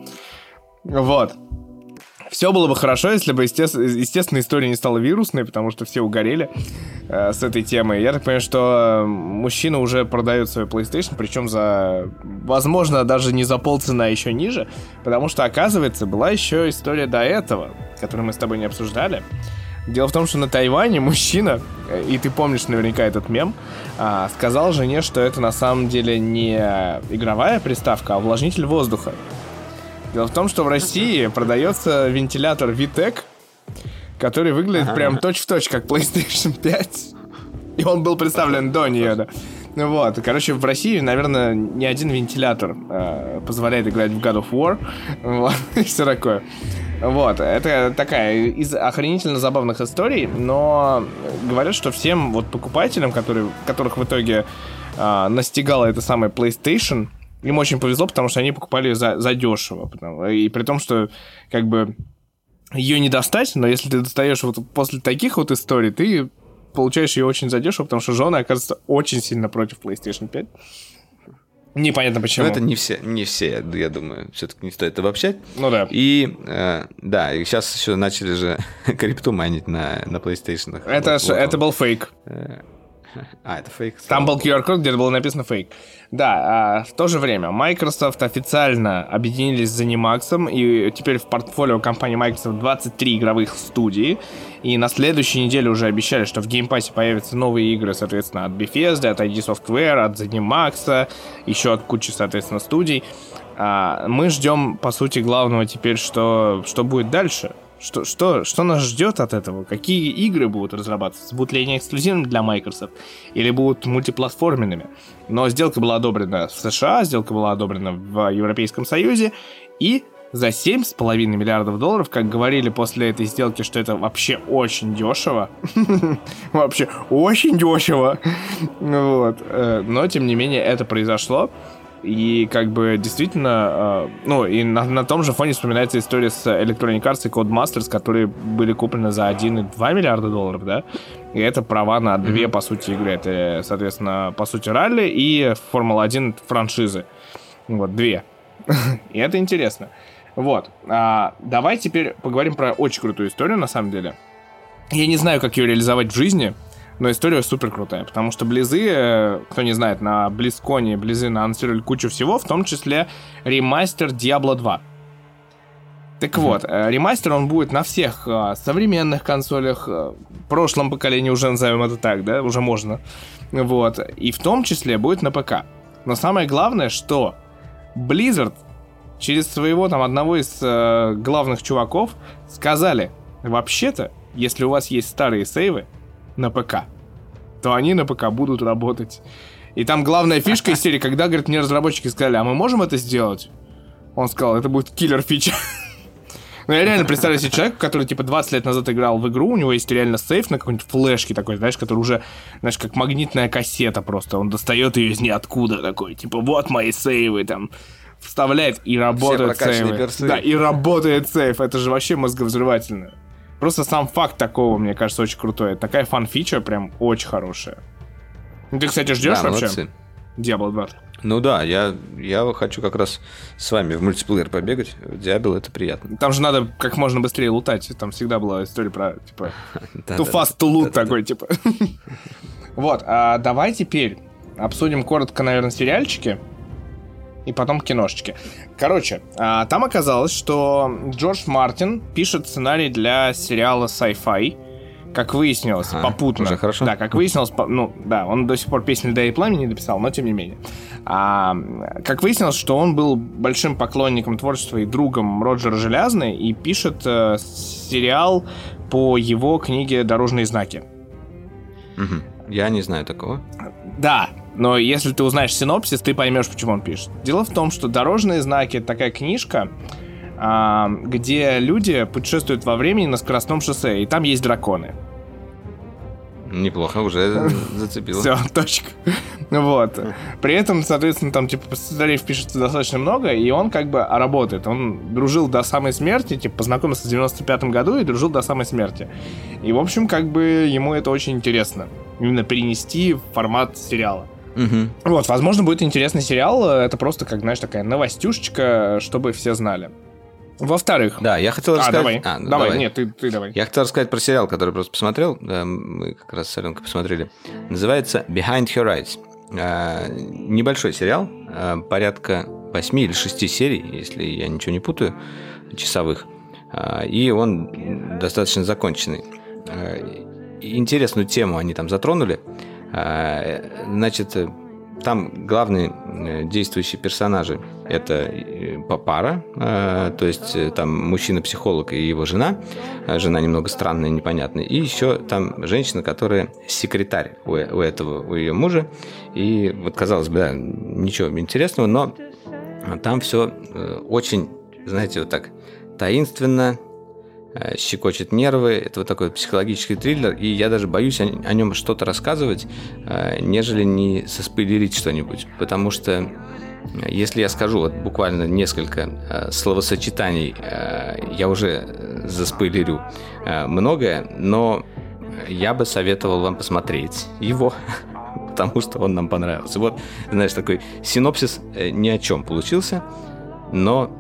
[SPEAKER 1] Вот. Все было бы хорошо, если бы, естественно, история не стала вирусной, потому что все угорели с этой темой. Я так понимаю, что мужчина уже продает свой PlayStation, причем за, возможно, даже не за полцена, а еще ниже, потому что, оказывается, была еще история до этого, которую мы с тобой не обсуждали. Дело в том, что на Тайване мужчина, и ты помнишь наверняка этот мем, сказал жене, что это на самом деле не игровая приставка, а увлажнитель воздуха. Дело в том, что в России продается вентилятор VTEC, который выглядит прям точь-в-точь как PlayStation 5. И он был представлен до нее, да. Вот, короче, в России, наверное, ни один вентилятор позволяет играть в God of War. Вот, и все такое. Вот, это такая из охренительно забавных историй, но говорят, что всем вот покупателям, которых в итоге настигала эта самая PlayStation, им очень повезло, потому что они покупали за дешево. И при том, что как бы ее не достать, но если ты достаешь вот после таких вот историй, ты получаешь ее очень задешево, потому что жены, оказывается, очень сильно против PlayStation 5. Непонятно почему.
[SPEAKER 2] Но это не все, я думаю, все-таки не стоит обобщать.
[SPEAKER 1] Ну да.
[SPEAKER 2] И да, и сейчас еще начали же крипту майнить на PlayStation.
[SPEAKER 1] Это был фейк.
[SPEAKER 2] Это фейк.
[SPEAKER 1] Там был QR-код, где было написано фейк. Да, в то же время Microsoft официально объединились с ZeniMax, и теперь в портфолио компании Microsoft 23 игровых студий. И на следующей неделе уже обещали, что в Game Pass появятся новые игры, соответственно, от Bethesda, от ID Software, от ZeniMax, еще от кучи, соответственно, студий. Мы ждем, по сути, главного теперь, что будет дальше. Что нас ждет от этого? Какие игры будут разрабатываться? Будут ли они эксклюзивными для Microsoft? Или будут мультиплатформенными? Но сделка была одобрена в США, сделка была одобрена в Европейском Союзе. И за $7,5 миллиардов, как говорили после этой сделки, что это вообще очень дешево. Вообще очень дешево. Но, тем не менее, это произошло. И как бы действительно, и на том же фоне вспоминается история с Electronic Arts и Codemasters, которые были куплены за $1,2 миллиарда, да? И это права на две, по сути, игры. Это, соответственно, по сути, ралли и Формула-1 франшизы. Вот, две. И это интересно. Вот. Давай теперь поговорим про очень крутую историю, на самом деле. Я не знаю, как ее реализовать в жизни, но история супер крутая, потому что Близы, кто не знает, на BlizzCon Близы анонсировали кучу всего, в том числе ремастер Diablo 2. Так вот, ремастер он будет на всех современных консолях, прошлом поколении уже назовем это так, да, уже можно. Вот, и в том числе будет на ПК. Но самое главное, что Blizzard через своего там одного из главных чуваков сказали, вообще-то, если у вас есть старые сейвы на ПК, то они на ПК будут работать. И там главная фишка из серии, когда, говорит, мне разработчики сказали, а мы можем это сделать? Он сказал, это будет киллер фича. Ну, я реально представляю себе человека, который, типа, 20 лет назад играл в игру, у него есть реально сейф на какой-нибудь флешке такой, знаешь, который уже, знаешь, как магнитная кассета просто. Он достает ее из ниоткуда такой, типа, вот мои сейвы, там, вставляет и работают сейвы. Персы. Да, и работает сейф. Это же вообще мозговзрывательно. Просто сам факт такого, мне кажется, очень крутой. Такая фан-фича прям очень хорошая. Ну, ты, кстати, ждешь вообще Diablo 2?
[SPEAKER 2] Ну да, я хочу как раз с вами в мультиплеер побегать. Diablo это приятно.
[SPEAKER 1] Там же надо как можно быстрее лутать. Там всегда была история про, типа, too fast to loot такой, типа. Вот, давай теперь обсудим коротко, наверное, сериальчики. И потом киношечки. Короче, там оказалось, что Джордж Мартин пишет сценарий для сериала Sci-Fi. Как выяснилось, попутно.
[SPEAKER 2] Уже хорошо.
[SPEAKER 1] Да, как выяснилось, он до сих пор «Песнь льда и пламени» не дописал, но тем не менее. Как выяснилось, что он был большим поклонником творчества и другом Роджера Желязны и пишет сериал по его книге «Дорожные знаки».
[SPEAKER 2] Угу. Я не знаю такого.
[SPEAKER 1] Да, но если ты узнаешь синопсис, ты поймешь, почему он пишет. Дело в том, что «Дорожные знаки» — это такая книжка, где люди путешествуют во времени на скоростном шоссе, и там есть драконы.
[SPEAKER 2] Неплохо, уже зацепило.
[SPEAKER 1] Все, точка. Вот. При этом, соответственно, там, типа, сценариев пишется достаточно много, и он как бы работает. Он дружил до самой смерти, типа, познакомился в 95-м году и дружил до самой смерти. И, в общем, как бы ему это очень интересно. Именно перенести в формат сериала. Вот, возможно, будет интересный сериал. Это просто, как, знаешь, такая новостюшечка, чтобы все знали. Во-вторых...
[SPEAKER 2] Да, я хотел рассказать...
[SPEAKER 1] Давай, нет, ты давай.
[SPEAKER 2] Я хотел рассказать про сериал, который просто посмотрел. Мы как раз с Аленкой посмотрели. Называется Behind Her Eyes. Небольшой сериал, порядка 8 или 6 серий, если я ничего не путаю, часовых. И он достаточно законченный. Интересную тему они там затронули. Значит, там главные действующие персонажи – это пара, то есть там мужчина-психолог и его жена. Жена немного странная, непонятная. И еще там женщина, которая секретарь у ее мужа. И вот, казалось бы, да, ничего интересного, но там все очень, знаете, вот так таинственно, щекочет нервы. Это вот такой психологический триллер, и я даже боюсь о нем что-то рассказывать, нежели не соспойлерить что-нибудь, потому что если я скажу вот буквально несколько словосочетаний, я уже заспойлерю многое, но я бы советовал вам посмотреть его, потому что он нам понравился. Вот, знаешь, такой синопсис ни о чем получился, но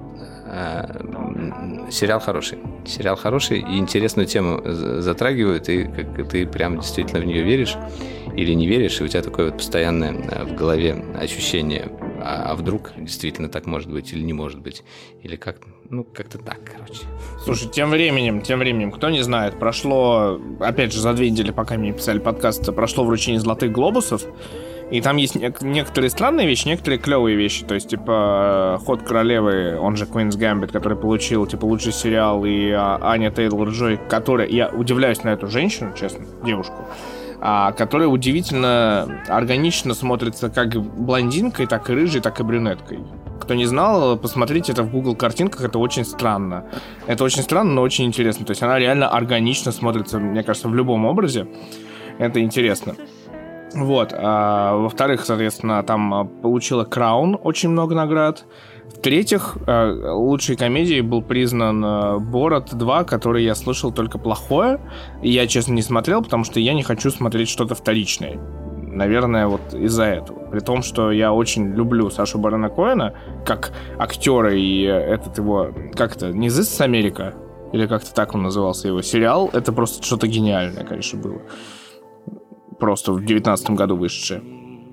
[SPEAKER 2] сериал хороший и интересную тему затрагивают, и как ты прям действительно в нее веришь или не веришь, и у тебя такое вот постоянное в голове ощущение, а вдруг действительно так может быть или не может быть, или как-то так, короче.
[SPEAKER 1] Слушай, тем временем, кто не знает, прошло, опять же, за 2 недели, пока мне писали подкаст, прошло вручение «Золотых глобусов», и там есть некоторые странные вещи, некоторые клевые вещи. То есть, типа, «Ход королевы», он же Queen's Gambit, который получил, типа, лучший сериал, и Аня Тейлор-Джой, которая... Я удивляюсь на эту женщину, честно, девушку, которая удивительно органично смотрится как блондинкой, так и рыжей, так и брюнеткой. Кто не знал, посмотрите это в Google картинках, это очень странно. Это очень странно, но очень интересно. То есть она реально органично смотрится, мне кажется, в любом образе. Это интересно. Вот, во-вторых, соответственно, там получила Краун очень много наград. В-третьих, лучшей комедией был признан Борат 2, который я слышал только плохое. И я, честно, не смотрел, потому что я не хочу смотреть что-то вторичное. Наверное, вот из-за этого. При том, что я очень люблю Сашу Барона Коэна как актера, и этот его, как-то, не «This is America», или как-то так он назывался, его сериал, это просто что-то гениальное, конечно, было. Просто в 19 году вышедшее.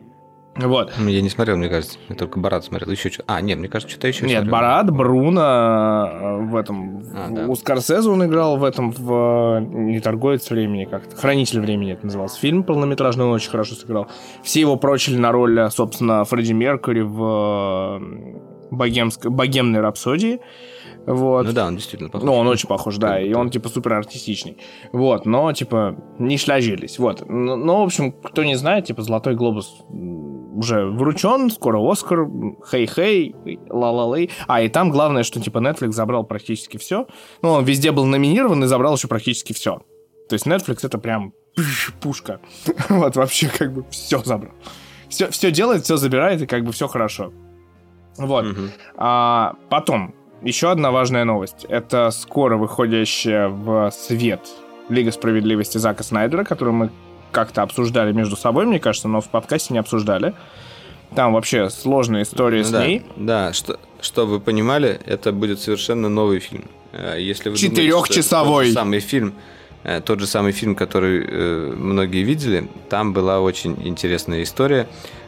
[SPEAKER 1] Вот.
[SPEAKER 2] Я не смотрел, мне кажется. Я только «Борат» смотрел. Еще что-то. Нет, мне кажется, что-то еще
[SPEAKER 1] Нет,
[SPEAKER 2] смотрел.
[SPEAKER 1] «Борат», Бруно в этом...
[SPEAKER 2] да.
[SPEAKER 1] У Скорсезе он играл в этом, не «Торговец времени», как-то. «Хранитель времени» это назывался. Фильм полнометражный, он очень хорошо сыграл. Все его прочили на роль, собственно, Фредди Меркьюри в «Богемной рапсодии». Вот.
[SPEAKER 2] Ну да, он действительно похож.
[SPEAKER 1] Ну, он очень похож, да, и он, типа, супер артистичный. Вот, но, типа, не шляжились. Вот. Но, в общем, кто не знает, типа, «Золотой глобус» уже вручен, скоро «Оскар», хей-хей, ла-ла-лей. И там главное, что, типа, Netflix забрал практически все. Ну, он везде был номинирован и забрал еще практически все. То есть Netflix это прям пушка. Вот, вообще, как бы, все забрал. Все делает, все забирает, и как бы все хорошо. Вот. Потом... Еще одна важная новость. Это скоро выходящая в свет Лига справедливости Зака Снайдера, которую мы как-то обсуждали между собой, мне кажется, но в подкасте не обсуждали. Там вообще сложная история с ней.
[SPEAKER 2] Да, что вы понимали, это будет совершенно новый фильм. Если вы
[SPEAKER 1] 4-часовой.
[SPEAKER 2] Тот же самый фильм, который многие видели, там была очень интересная история.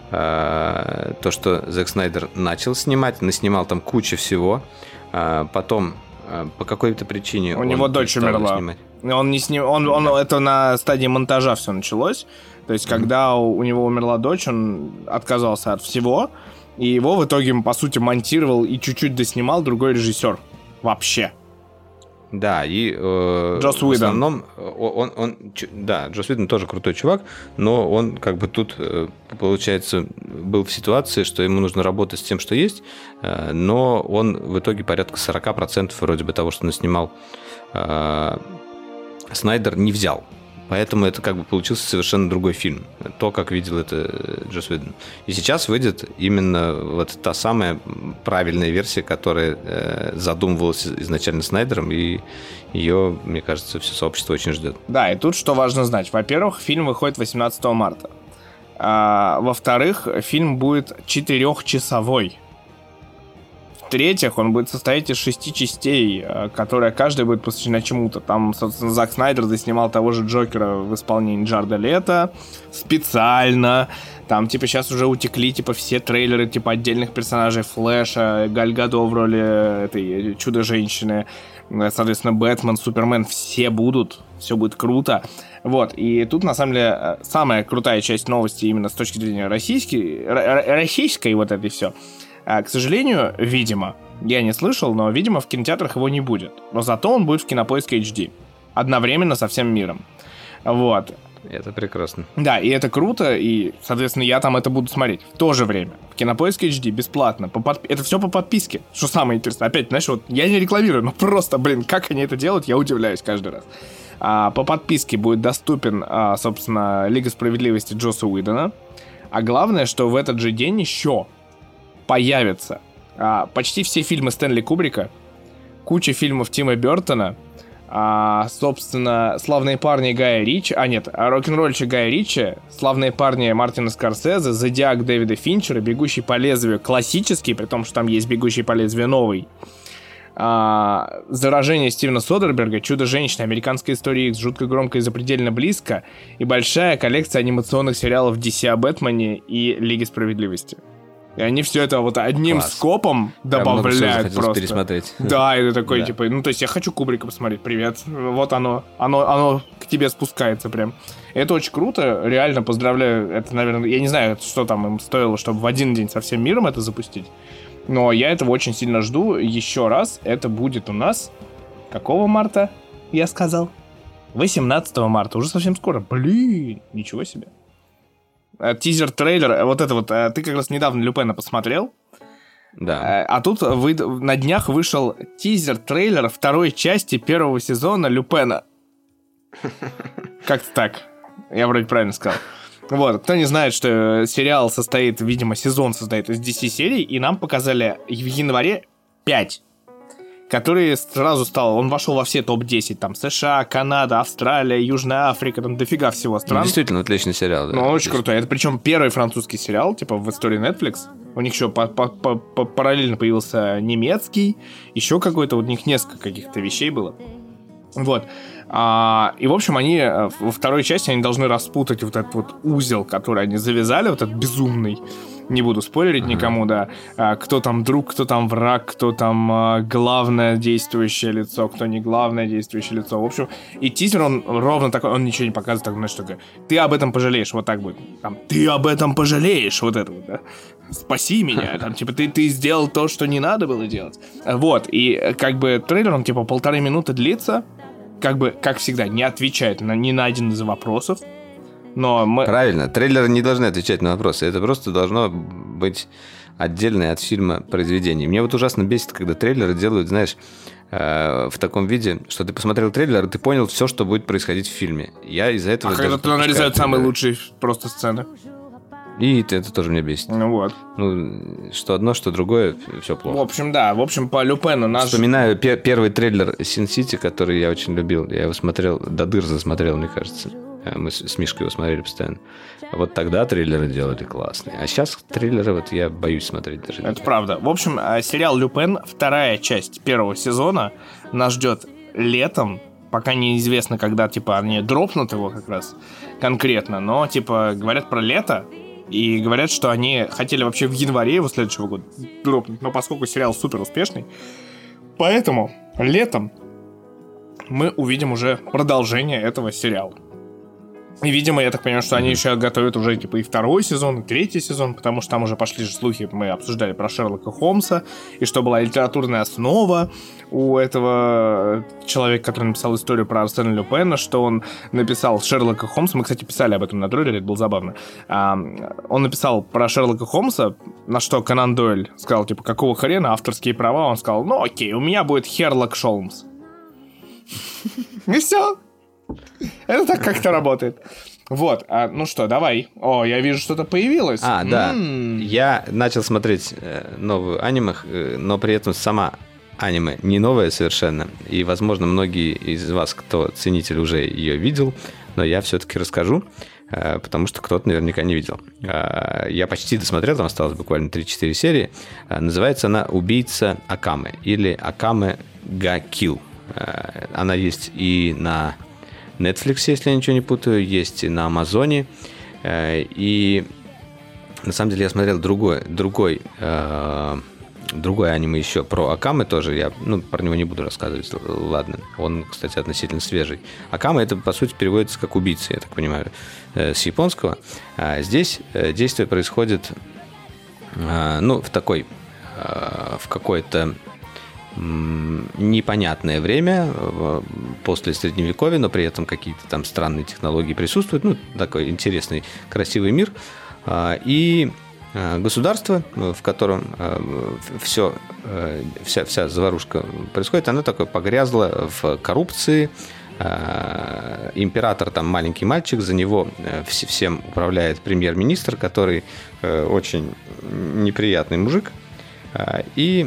[SPEAKER 2] То, что Зак Снайдер начал снимать, наснимал там кучу всего. Потом по какой-то причине
[SPEAKER 1] у него дочь умерла. Он не это на стадии монтажа все началось. То есть, когда у него умерла дочь, он отказался от всего, и его в итоге, по сути, монтировал и чуть-чуть доснимал другой режиссер. Вообще.
[SPEAKER 2] Да, и
[SPEAKER 1] Джосс Уидон.
[SPEAKER 2] В основном Джосс Уидон тоже крутой чувак, но он как бы тут, получается, был в ситуации, что ему нужно работать с тем, что есть, но он в итоге порядка 40% вроде бы того, что наснимал Снайдер, не взял. Поэтому это как бы получился совершенно другой фильм. То, как видел это Джосс Уидон. И сейчас выйдет именно вот та самая правильная версия, которая задумывалась изначально Снайдером, и ее, мне кажется, все сообщество очень ждет.
[SPEAKER 1] Да, и тут что важно знать. Во-первых, фильм выходит 18 марта. Во-вторых, фильм будет 4-часовой. В-третьих, он будет состоять из 6 частей, которые каждая будет посвящена чему-то. Там, собственно, Зак Снайдер заснимал того же Джокера в исполнении Джареда Лето специально. Там, типа, сейчас уже утекли, типа, все трейлеры, типа, отдельных персонажей Флэша, Галь Гадо в роли этой Чудо-женщины, соответственно, Бэтмен, Супермен, все будут, все будет круто. Вот, и тут, на самом деле, самая крутая часть новости именно с точки зрения российской вот этой все. К сожалению, видимо, я не слышал, но, видимо, в кинотеатрах его не будет. Но зато он будет в Кинопоиске HD. Одновременно со всем миром. Вот.
[SPEAKER 2] Это прекрасно.
[SPEAKER 1] Да, и это круто, и, соответственно, я там это буду смотреть. В то же время. В Кинопоиске HD, бесплатно. Это все по подписке. Что самое интересное. Опять, знаешь, вот я не рекламирую, но просто, как они это делают, я удивляюсь каждый раз. По подписке будет доступен, собственно, Лига справедливости Джосса Уидона. А главное, что в этот же день еще появятся почти все фильмы Стэнли Кубрика, куча фильмов Тима Бёртона, собственно, «Славные парни» Гая Ричи, «Рок-н-ролльщик» Гая Ричи, «Славные парни» Мартина Скорсезе, «Зодиак» Дэвида Финчера, «Бегущий по лезвию» классический, при том, что там есть «Бегущий по лезвию» новый, «Заражение» Стивена Содерберга, «Чудо-женщина», «Американская история X», «Жутко громко и запредельно близко» и большая коллекция анимационных сериалов DC о Бэтмене и Лиге справедливости. И они все это вот одним скопом добавляют просто.
[SPEAKER 2] Пересмотреть.
[SPEAKER 1] Да, и ты такой, типа, то есть я хочу Кубрика посмотреть, привет. Вот оно к тебе спускается прям. И это очень круто, реально поздравляю. Это, наверное, я не знаю, что там им стоило, чтобы в один день со всем миром это запустить. Но я этого очень сильно жду. Еще раз, это будет у нас... Какого марта, я сказал? 18 марта, уже совсем скоро. Блин, ничего себе. Тизер-трейлер, вот это вот, ты как раз недавно Люпена посмотрел.
[SPEAKER 2] Да.
[SPEAKER 1] А тут на днях вышел тизер-трейлер второй части первого сезона Люпена. Как-то так. Я вроде правильно сказал. Вот, кто не знает, что сериал состоит, видимо, сезон состоит из 10 серий, и нам показали в январе 5. Который сразу стал, он вошел во все топ-10, там США, Канада, Австралия, Южная Африка, там дофига всего стран.
[SPEAKER 2] Действительно отличный сериал, да.
[SPEAKER 1] Ну, очень крутой. Это причем первый французский сериал, типа, в истории Netflix. У них еще параллельно появился немецкий, еще какой-то, у них несколько каких-то вещей было. Вот. И, в общем, они во второй части они должны распутать вот этот вот узел, который они завязали, вот этот безумный. Не буду спойлерить никому, да. Кто там друг, кто там враг, кто там главное действующее лицо, кто не главное действующее лицо. В общем, и тизер, он ровно такой, он ничего не показывает, так, знаешь, такой, ты об этом пожалеешь, вот так будет. Там, ты об этом пожалеешь, вот это вот, да. Спаси меня, там, типа, ты сделал то, что не надо было делать. Вот, и как бы трейлер, он, типа, 1,5 минуты длится, как бы, как всегда, не отвечает ни на один из вопросов. Но
[SPEAKER 2] Правильно, трейлеры не должны отвечать на вопросы. Это просто должно быть отдельное от фильма произведение. Мне вот ужасно бесит, когда трейлеры делают, знаешь, в таком виде, что ты посмотрел трейлер, и ты понял все, что будет происходить в фильме. Я из-за этого...
[SPEAKER 1] когда ты нарезают самые лучшие просто сцены.
[SPEAKER 2] И это тоже меня бесит.
[SPEAKER 1] Ну вот.
[SPEAKER 2] Ну, что одно, что другое, все плохо.
[SPEAKER 1] В общем, да. В общем, по Люпену наш...
[SPEAKER 2] Вспоминаю первый трейлер Sin City, который я очень любил. Я его смотрел, до дыр засмотрел, мне кажется. Мы с Мишкой его смотрели постоянно. Вот тогда трейлеры делали классные. А сейчас трейлеры вот я боюсь смотреть даже.
[SPEAKER 1] Это правда. В общем, сериал «Люпен», вторая часть первого сезона, нас ждет летом. Пока неизвестно, когда, типа, они дропнут его как раз конкретно. Но, типа, говорят про лето. И говорят, что они хотели вообще в январе его следующего года дропнуть. Но поскольку сериал супер успешный, поэтому летом мы увидим уже продолжение этого сериала. И, видимо, я так понимаю, что они еще готовят уже, типа, и второй сезон, и третий сезон, потому что там уже пошли же слухи, мы обсуждали про Шерлока Холмса, и что была литературная основа у этого человека, который написал историю про Арсена Люпена, что он написал Шерлока Холмса, мы, кстати, писали об этом на трейлере, это было забавно, он написал про Шерлока Холмса, на что Конан Дойль сказал, типа, какого хрена, авторские права, он сказал, ну окей, у меня будет Херлок Холмс. И все. Это так как-то работает. Вот, ну что, давай. О, я вижу, что-то появилось.
[SPEAKER 2] Да. Я начал смотреть новую аниме, но при этом сама аниме не новая совершенно. И, возможно, многие из вас, кто ценитель, уже ее видел. Но я все-таки расскажу, потому что кто-то наверняка не видел. Я почти досмотрел, там осталось буквально 3-4 серии. Называется она «Убийца Акаме» или «Акаме га Килл». Она есть и на Netflix, если я ничего не путаю, есть и на Амазоне. И на самом деле я смотрел другой аниме еще про Акаме тоже. Я про него не буду рассказывать, ладно. Он, кстати, относительно свежий. Акаме — это, по сути, переводится как «убийца», я так понимаю, с японского. Здесь действие происходит в какое-то непонятное время после Средневековья, но при этом какие-то там странные технологии присутствуют. Такой интересный, красивый мир. И государство, в котором вся заварушка происходит, оно такое погрязло в коррупции. Император там маленький мальчик, за него всем управляет премьер-министр, который очень неприятный мужик. И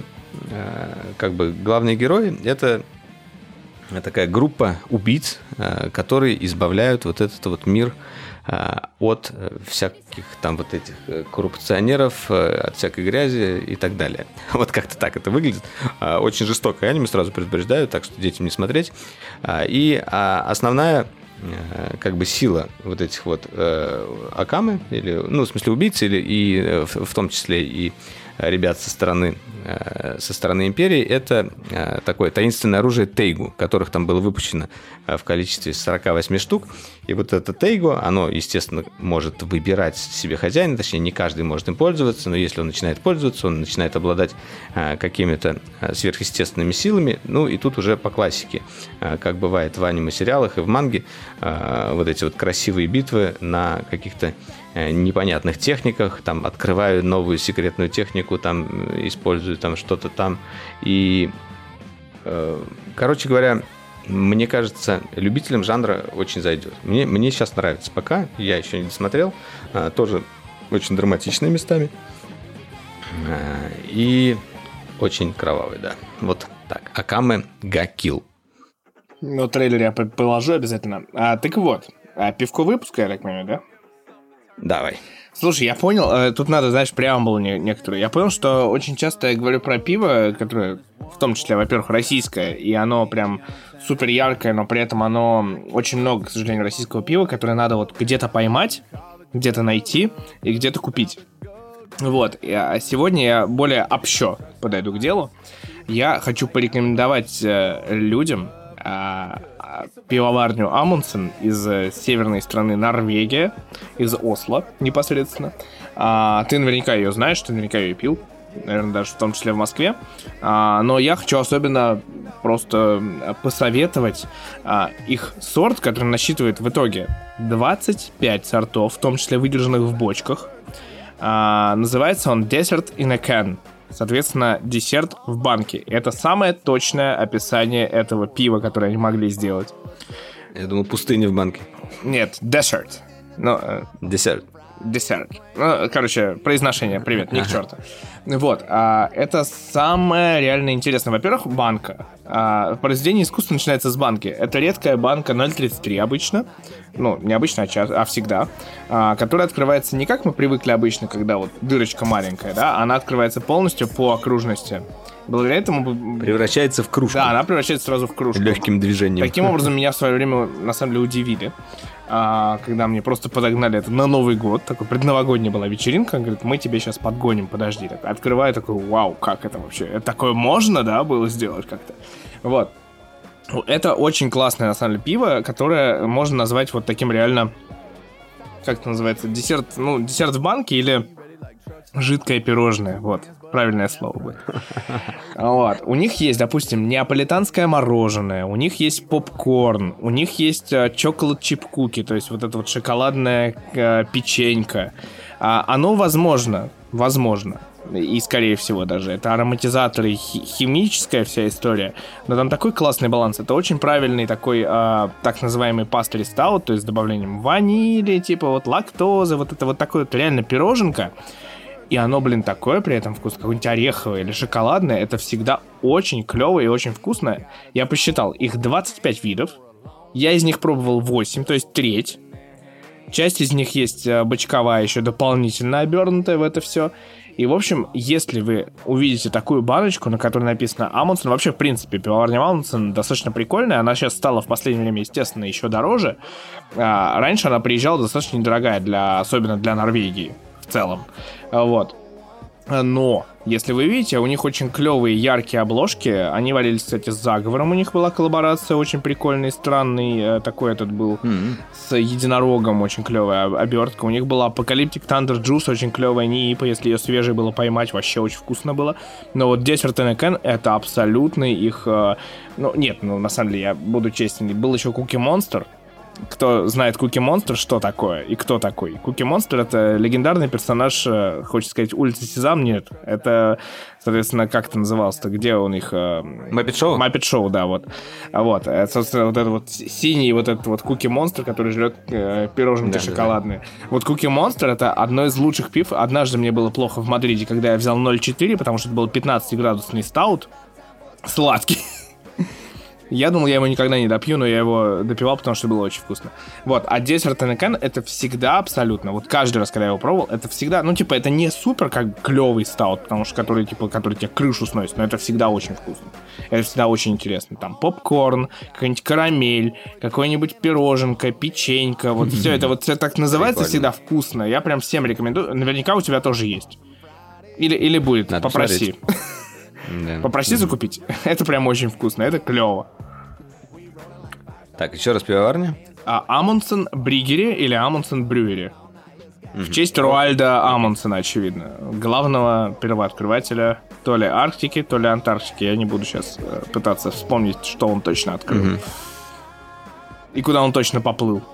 [SPEAKER 2] главные герои — это такая группа убийц, которые избавляют вот этот вот мир от всяких там вот этих коррупционеров, от всякой грязи и так далее. Вот как-то так это выглядит. Очень жестокое аниме, сразу предупреждаю, так что детям не смотреть. И основная сила вот этих вот акаме, или, в смысле убийц, и в том числе и ребят со стороны империи, это такое таинственное оружие Тейгу, которых там было выпущено в количестве 48 штук. И вот это Тейгу, оно, естественно, может выбирать себе хозяина, точнее, не каждый может им пользоваться, но если он начинает пользоваться, он начинает обладать какими-то сверхъестественными силами. И тут уже по классике, как бывает в аниме-сериалах и в манге, вот эти вот красивые битвы на каких-то непонятных техниках, там открываю новую секретную технику, там использую там что-то там. И, короче говоря, мне кажется, любителям жанра очень зайдет. Мне сейчас нравится пока, я еще не досмотрел, тоже очень драматичные местами и очень кровавый, да. Вот так. Акаме га Килл.
[SPEAKER 1] Трейлер я положу обязательно. Так вот, пивко выпуска, я так понимаю, да?
[SPEAKER 2] Давай.
[SPEAKER 1] Слушай, я понял, тут надо, знаешь, преамбулу некоторую. Я понял, что очень часто я говорю про пиво, которое, в том числе, во-первых, российское, и оно прям супер яркое, но при этом оно очень много, к сожалению, российского пива, которое надо вот где-то поймать, где-то найти и где-то купить. Вот, а сегодня я более общо подойду к делу. Я хочу порекомендовать людям пивоварню Амундсен из северной страны Норвегия, из Осло непосредственно. Ты наверняка ее знаешь, ты наверняка ее пил, наверное, даже в том числе в Москве. Но я хочу особенно просто посоветовать их сорт, который насчитывает в итоге 25 сортов, в том числе выдержанных в бочках. Называется он Dessert in a Can. Соответственно, десерт в банке. Это самое точное описание этого пива, которое они могли сделать.
[SPEAKER 2] Я думал, пустыня в банке.
[SPEAKER 1] Нет, dessert.
[SPEAKER 2] Десерт.
[SPEAKER 1] Короче, произношение, привет, ни к черту. Вот, это самое реально интересное. Во-первых, банка. Произведение искусства начинается с банки. Это редкая банка 0,33 обычно. Не обычно, а всегда. Которая открывается не как мы привыкли обычно, когда вот дырочка маленькая, да, она открывается полностью по окружности. Благодаря этому...
[SPEAKER 2] Превращается в кружку.
[SPEAKER 1] Да, она превращается сразу в кружку.
[SPEAKER 2] Легким движением.
[SPEAKER 1] Таким образом, меня в свое время, на самом деле, удивили. Когда мне просто подогнали это на Новый год. Такой предновогодняя была вечеринка. Говорит, мы тебе сейчас подгоним, подожди. Открываю, такой, вау, как это вообще? Это такое можно, да, было сделать как-то? Вот. Это очень классное, на самом деле, пиво, которое можно назвать вот таким реально... Как это называется? Десерт, десерт в банке или... Жидкое пирожное, вот, правильное слово будет. Вот. У них есть, допустим, неаполитанское мороженое, у них есть попкорн, у них есть чоколад-чип-куки, то есть вот эта вот шоколадная печенька. Оно возможно, И, скорее всего, даже. Это ароматизаторы, химическая вся история. Но там такой классный баланс. Это очень правильный такой, так называемый пастри стаут, то есть с добавлением ванили, типа вот лактозы, вот это вот такое вот реально пироженка. И оно, такое при этом вкус, какое-нибудь ореховое или шоколадное. Это всегда очень клевое и очень вкусное. Я посчитал, их 25 видов. Я из них пробовал 8, то есть треть. Часть из них есть бочковая, еще дополнительно обернутая в это все. И, в общем, если вы увидите такую баночку, на которой написано Амундсен, вообще, в принципе, пивоварня Амундсен достаточно прикольная. Она сейчас стала в последнее время, естественно, еще дороже. Раньше она приезжала достаточно недорогая, особенно для Норвегии в целом. Вот. Но, если вы видите, у них очень клевые, яркие обложки. Они валились, кстати, с Заговором. У них была коллаборация очень прикольный, странный. Такой этот был с единорогом. Очень клевая обертка. У них была Apocalyptic Thunder Juice, очень клевая НИИПа. Если ее свежей было поймать, вообще очень вкусно было. Но вот Desert Anakin — это абсолютный их... на самом деле, я буду честен. Был еще Cookie Monster. Кто знает Куки Монстр, что такое и кто такой? Куки Монстр — это легендарный персонаж, хочется сказать, улицы Сезам, нет. Это, соответственно, как это называлось-то? Где у них...
[SPEAKER 2] Muppet Show?
[SPEAKER 1] Muppet Show, да, вот. Вот, собственно, вот этот вот синий вот этот вот Куки Монстр, который жрет пироженки шоколадные. Да. Вот Куки Монстр — это одно из лучших пив. Однажды мне было плохо в Мадриде, когда я взял 0,4, потому что это был 15-градусный стаут. Сладкий. Я думал, я его никогда не допью, но я его допивал, потому что было очень вкусно. Вот, а Desert Anakin — это всегда абсолютно, вот каждый раз, когда я его пробовал, это всегда, это не супер как клевый стаут, потому что который тебе крышу сносит, но это всегда очень вкусно. Это всегда очень интересно. Там попкорн, какая-нибудь карамель, какой-нибудь пироженка, печенька, вот все это вот так называется всегда вкусно. Я прям всем рекомендую. Наверняка у тебя тоже есть. Или будет, надо попроси. Попроси закупить. Это прям очень вкусно, это клево.
[SPEAKER 2] Так, еще раз пивоварня.
[SPEAKER 1] Амундсен Бригери или Амундсен Брюери. В честь Руальда Амундсена, очевидно. Главного первооткрывателя то ли Арктики, то ли Антарктики. Я не буду сейчас пытаться вспомнить, что он точно открыл. И куда он точно поплыл.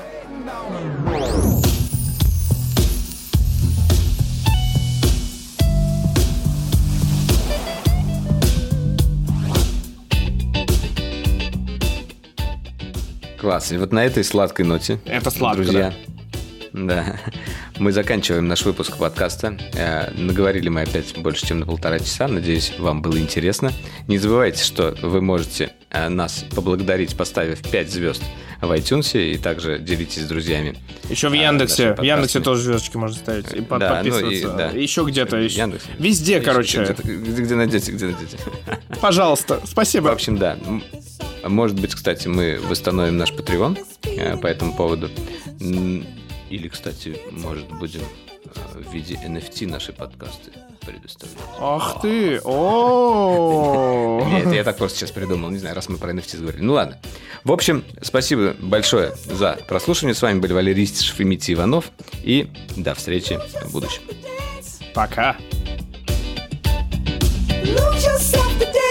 [SPEAKER 2] Класс. И вот на этой сладкой ноте,
[SPEAKER 1] это сладко,
[SPEAKER 2] друзья, да, мы заканчиваем наш выпуск подкаста. Наговорили мы опять больше, чем на 1,5 часа. Надеюсь, вам было интересно. Не забывайте, что вы можете нас поблагодарить, поставив 5 звезд в iTunes, и также делитесь с друзьями.
[SPEAKER 1] Еще в Яндексе. В Яндексе тоже звездочки можно ставить. И подписываться. Еще где-то. Везде, короче.
[SPEAKER 2] Где найдете.
[SPEAKER 1] Пожалуйста. Спасибо.
[SPEAKER 2] В общем, да. Может быть, кстати, мы восстановим наш Patreon по этому поводу. Или, кстати, может, будем в виде NFT наши подкасты предоставлять.
[SPEAKER 1] Ах ты! О!
[SPEAKER 2] Нет, я так просто сейчас придумал. Не знаю, раз мы про NFT говорили. Ну ладно. В общем, спасибо большое за прослушивание. С вами были Валерий Истишев и Митя Иванов. И до встречи в будущем.
[SPEAKER 1] Пока.